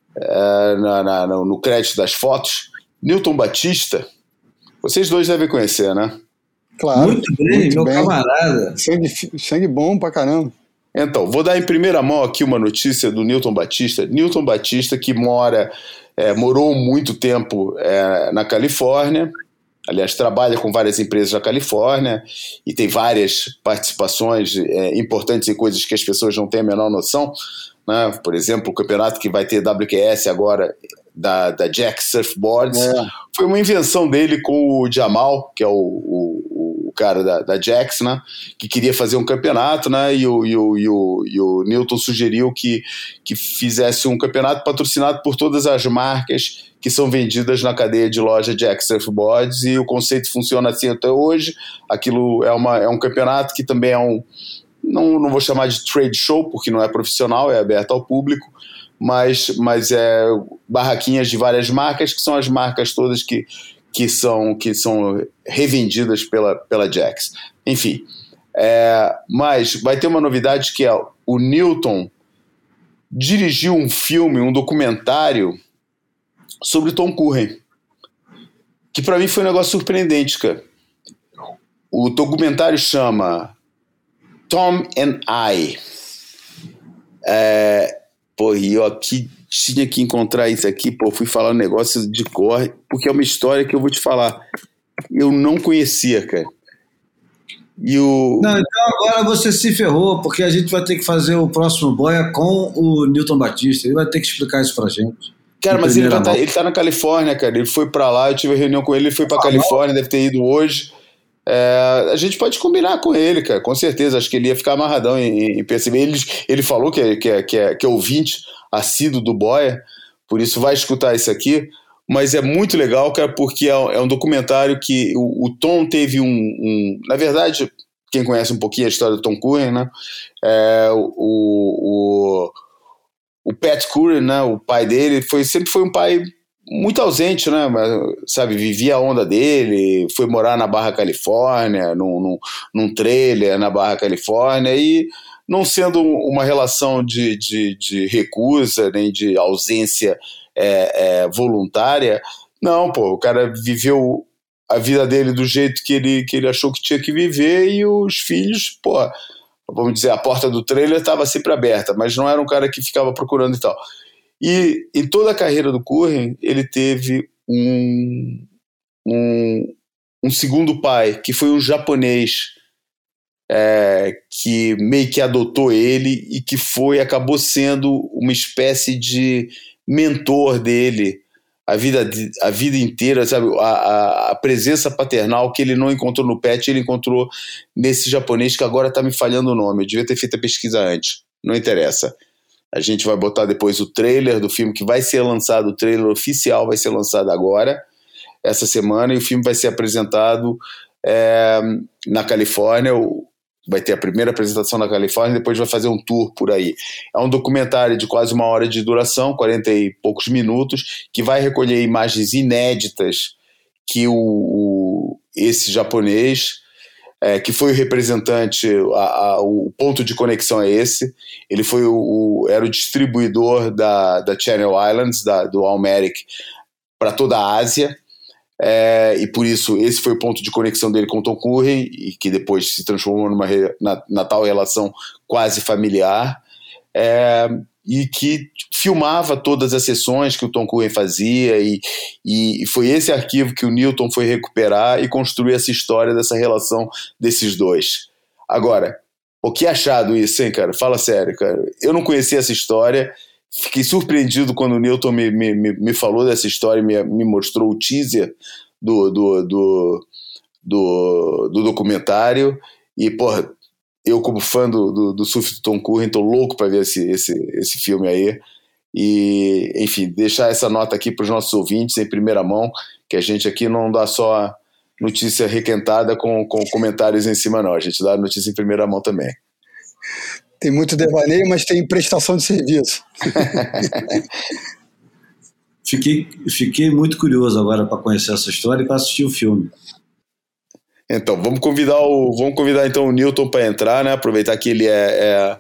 no crédito das fotos. Newton Batista, vocês dois devem conhecer, né? Claro. Muito bem, meu camarada. Sangue bom pra caramba. Então, vou dar em primeira mão aqui uma notícia do Newton Batista. Newton Batista, que morou muito tempo na Califórnia, aliás, trabalha com várias empresas na Califórnia e tem várias participações importantes em coisas que as pessoas não têm a menor noção, né? Por exemplo, o campeonato que vai ter WQS agora, da Jack Surfboards, foi uma invenção dele com o Jamal, que é o cara da Jax, né, que queria fazer um campeonato, né, e o Newton sugeriu que fizesse um campeonato patrocinado por todas as marcas que são vendidas na cadeia de loja Jack Surfboards, e o conceito funciona assim até hoje. Aquilo é um campeonato que também é não vou chamar de trade show, porque não é profissional, é aberto ao público, mas é barraquinhas de várias marcas, que são as marcas todas que são revendidas pela Jax. Enfim, mas vai ter uma novidade, que é o Newton dirigiu um documentário sobre Tom Curren, que para mim foi um negócio surpreendente, cara. O documentário chama Tom and I. E eu aqui tinha que encontrar isso aqui, fui falar um negócio de cor, porque é uma história que eu vou te falar, eu não conhecia, cara. Não, então agora você se ferrou, porque a gente vai ter que fazer o próximo Boia com o Newton Batista. Ele vai ter que explicar isso pra gente. Cara, mas ele tá na Califórnia, cara. Ele foi pra lá, eu tive uma reunião com ele, ele foi pra Califórnia, deve ter ido hoje. A gente pode combinar com ele, cara, com certeza. Acho que ele ia ficar amarradão em perceber. Ele falou que é ouvinte assíduo do Boia, por isso vai escutar isso aqui. Mas é muito legal, cara, porque é um documentário que o Tom teve na verdade, quem conhece um pouquinho a história do Tom Curren, né? O Pat Curren, né? O pai dele sempre foi um pai muito ausente, né? Mas, sabe, vivia a onda dele, foi morar na Barra Califórnia, num trailer na Barra Califórnia, e não sendo uma relação de recusa nem de ausência voluntária, não, o cara viveu a vida dele do jeito que ele achou que tinha que viver, e os filhos, vamos dizer, a porta do trailer estava sempre aberta, mas não era um cara que ficava procurando e tal. E em toda a carreira do Curren, ele teve um segundo pai, que foi um japonês, que meio que adotou ele e que acabou sendo uma espécie de mentor dele a vida inteira, sabe? A presença paternal que ele não encontrou no Pet, ele encontrou nesse japonês, que agora está me falhando o nome. Eu devia ter feito a pesquisa antes, não interessa. A gente vai botar depois o trailer do filme, que vai ser lançado, o trailer oficial vai ser lançado agora, essa semana, e o filme vai ser apresentado na Califórnia. Vai ter a primeira apresentação na Califórnia, depois vai fazer um tour por aí. É um documentário de quase 1 hora de duração, 40 e poucos minutos, que vai recolher imagens inéditas que esse japonês, que foi o representante, o ponto de conexão é esse. Ele era o distribuidor da Channel Islands, do Almeric, para toda a Ásia. E por isso esse foi o ponto de conexão dele com o Tom Curren, e que depois se transformou na tal relação quase familiar, e que filmava todas as sessões que o Tom Curren fazia, e foi esse arquivo que o Newton foi recuperar e construir essa história dessa relação desses dois. Agora, o que achado isso, hein, cara? Fala sério, cara. Eu não conhecia essa história. Fiquei surpreendido quando o Newton me falou dessa história e me mostrou o teaser do documentário. E, eu, como fã do surf do Tom Curren, tô louco para ver esse filme aí. E, enfim, deixar essa nota aqui para os nossos ouvintes em primeira mão, que a gente aqui não dá só notícia requentada com comentários em cima, não. A gente dá notícia em primeira mão também. Tem muito devaneio, mas tem prestação de serviço. Fiquei muito curioso agora para conhecer essa história e para assistir o filme. Então, vamos convidar então o Newton para entrar, né? Aproveitar que ele é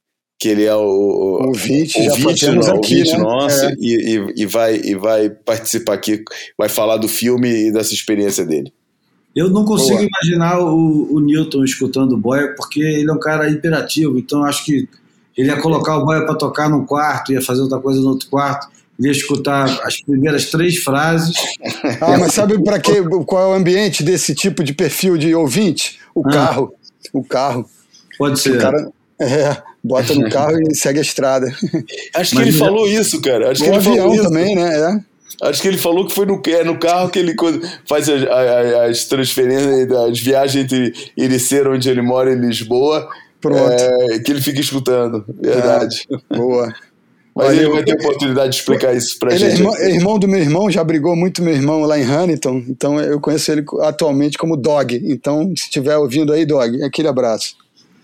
o ouvinte aqui, né? Nosso, e vai participar aqui, vai falar do filme e dessa experiência dele. Eu não consigo imaginar o Newton escutando o Boia, porque ele é um cara hiperativo, então acho que ele ia colocar o Boia para tocar num quarto, ia fazer outra coisa no outro quarto, ele ia escutar as primeiras 3 frases. Mas sabe qual é o ambiente desse tipo de perfil de ouvinte? O carro. Pode ser. O cara bota no carro e segue a estrada. Acho que ele falou isso, cara. Acho que ele avião falou isso também, né? Acho que ele falou que foi no carro que ele faz as transferências, as viagens entre Ericeira, onde ele mora, em Lisboa, Pronto. Que ele fica escutando. Verdade. Boa. Mas ele vai ter oportunidade de explicar isso pra gente. Ele é irmão do meu irmão, já brigou muito meu irmão lá em Huntington, então eu conheço ele atualmente como Dog. Então, se estiver ouvindo aí, Dog, aquele abraço.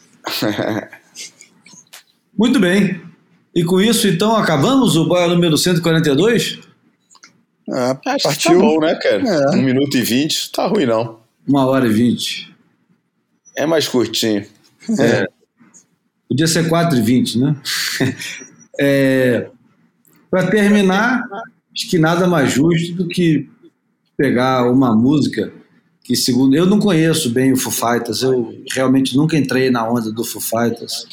Muito bem. E com isso, então, acabamos o Boia número 142? Acho partiu. que tá bom, né, cara? 1 É. minuto e 20, tá ruim não. 1h20. É mais curtinho. Podia ser 4h20, né? Para terminar, acho que nada mais justo do que pegar uma música que, segundo... Eu não conheço bem o Foo Fighters, eu realmente nunca entrei na onda do Foo Fighters.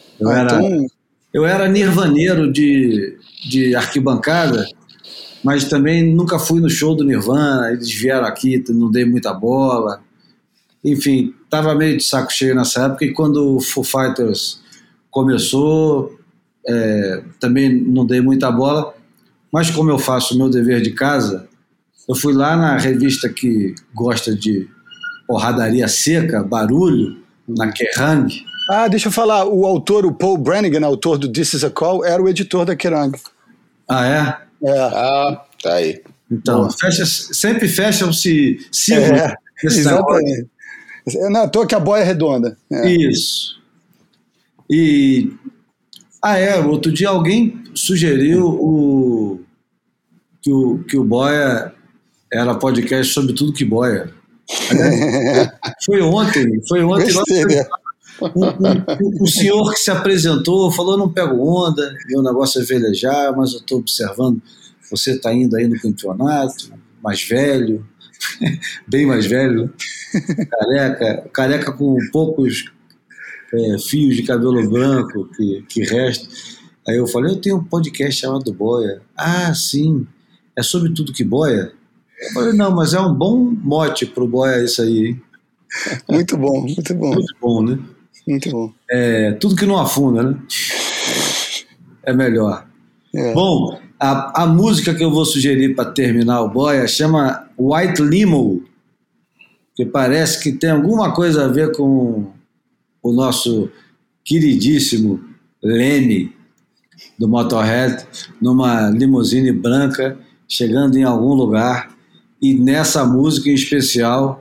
Eu era nirvaneiro de arquibancada, mas também nunca fui no show do Nirvana, eles vieram aqui, não dei muita bola. Enfim, estava meio de saco cheio nessa época, e quando o Foo Fighters começou, também não dei muita bola, mas como eu faço o meu dever de casa, eu fui lá na revista que gosta de porradaria seca, barulho, na Kerrang. Deixa eu falar, o autor, o Paul Brannigan, autor do This Is a Call, era o editor da Kerrang. Ah, é? Tá aí. Então, sempre fecham-se ciclos. Exatamente. Não, à toa que a boia é redonda. Isso. E... outro dia alguém sugeriu que o Boia era podcast sobre tudo que boia. Foi ontem. Gostei, né? O senhor que se apresentou falou: não pego onda, meu negócio é velejar, mas eu estou observando, você está indo aí no campeonato, mais velho, bem mais velho, careca com poucos fios de cabelo branco que resta. Aí eu falei: eu tenho um podcast chamado Boia. Ah, sim, é sobre tudo que boia? Eu falei: não, mas é um bom mote pro Boia isso aí, hein? Muito bom, muito bom. Muito bom, né? Muito bom. Tudo que não afunda, né? É melhor. Bom, a música que eu vou sugerir para terminar o Boia chama White Limo, que parece que tem alguma coisa a ver com o nosso queridíssimo Lemmy do Motorhead, numa limusine branca, chegando em algum lugar, e nessa música em especial,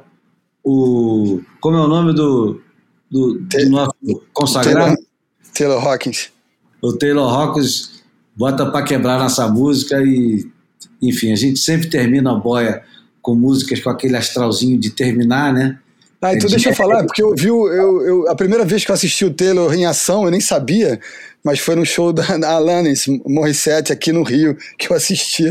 como é o nome do nosso consagrado? Taylor Hawkins. O Taylor Hawkins bota para quebrar nessa música e, enfim, a gente sempre termina a boia com músicas com aquele astralzinho de terminar, né? Então deixa eu falar, porque a primeira vez que eu assisti o Taylor em ação, eu nem sabia, mas foi no show da Alanis Morissette aqui no Rio que eu assisti.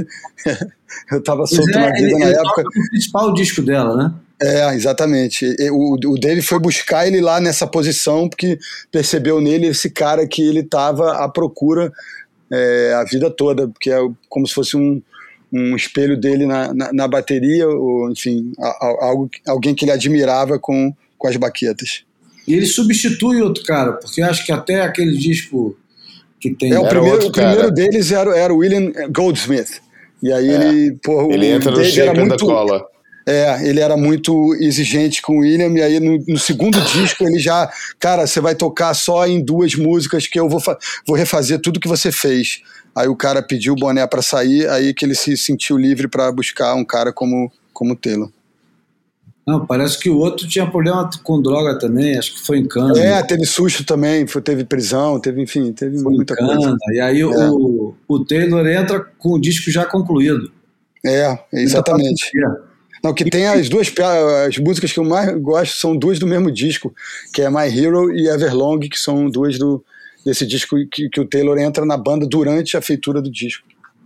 Eu estava solto na vida na época. Toca o principal disco dela, né? Exatamente. O Dave foi buscar ele lá nessa posição porque percebeu nele esse cara que ele estava à procura a vida toda, porque é como se fosse um espelho dele na bateria, ou enfim, alguém que ele admirava com as baquetas. E ele substitui outro cara, porque acho que até aquele disco que tem... O primeiro deles era o William Goldsmith. E aí ele entra no Shape da Cola. Ele era muito exigente com o William, e aí no segundo disco ele já, cara, você vai tocar só em 2 músicas que eu vou refazer tudo que você fez. Aí o cara pediu o boné para sair, aí que ele se sentiu livre para buscar um cara como o Taylor. Não, parece que o outro tinha problema com droga também, acho que foi em cana. Teve susto também, teve prisão, teve muita coisa. E aí o Taylor entra com o disco já concluído. Exatamente. Não, que tem as músicas que eu mais gosto são 2 do mesmo disco, que é My Hero e Everlong, que são 2 desse disco que o Taylor entra na banda durante a feitura do disco.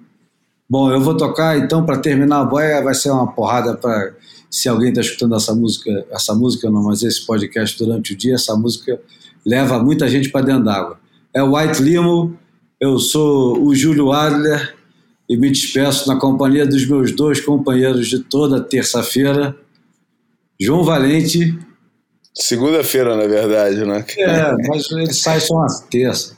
Bom, eu vou tocar, então, para terminar a boia, vai ser uma porrada para... Se alguém está escutando essa música não, mas esse podcast durante o dia, essa música leva muita gente para dentro d'água. É o White Limo, eu sou o Júlio Adler e me despeço na companhia dos meus 2 companheiros de toda terça-feira, João Valente. Segunda-feira, na verdade, né? Mas ele sai só na terça.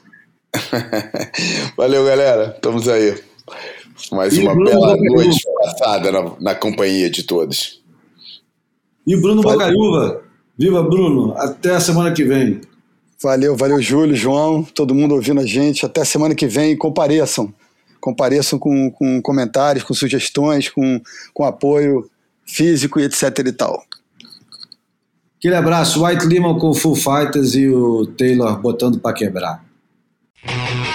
Valeu, galera. Estamos aí. Mais uma bela noite passada na companhia de todos. E Bruno Bocaiúva. Viva, Bruno. Até a semana que vem. Valeu, Júlio, João, todo mundo ouvindo a gente. Até semana que vem, compareçam com comentários, com sugestões, com apoio físico e etc e tal. Aquele abraço, White Lima com Foo Fighters e o Taylor botando pra quebrar.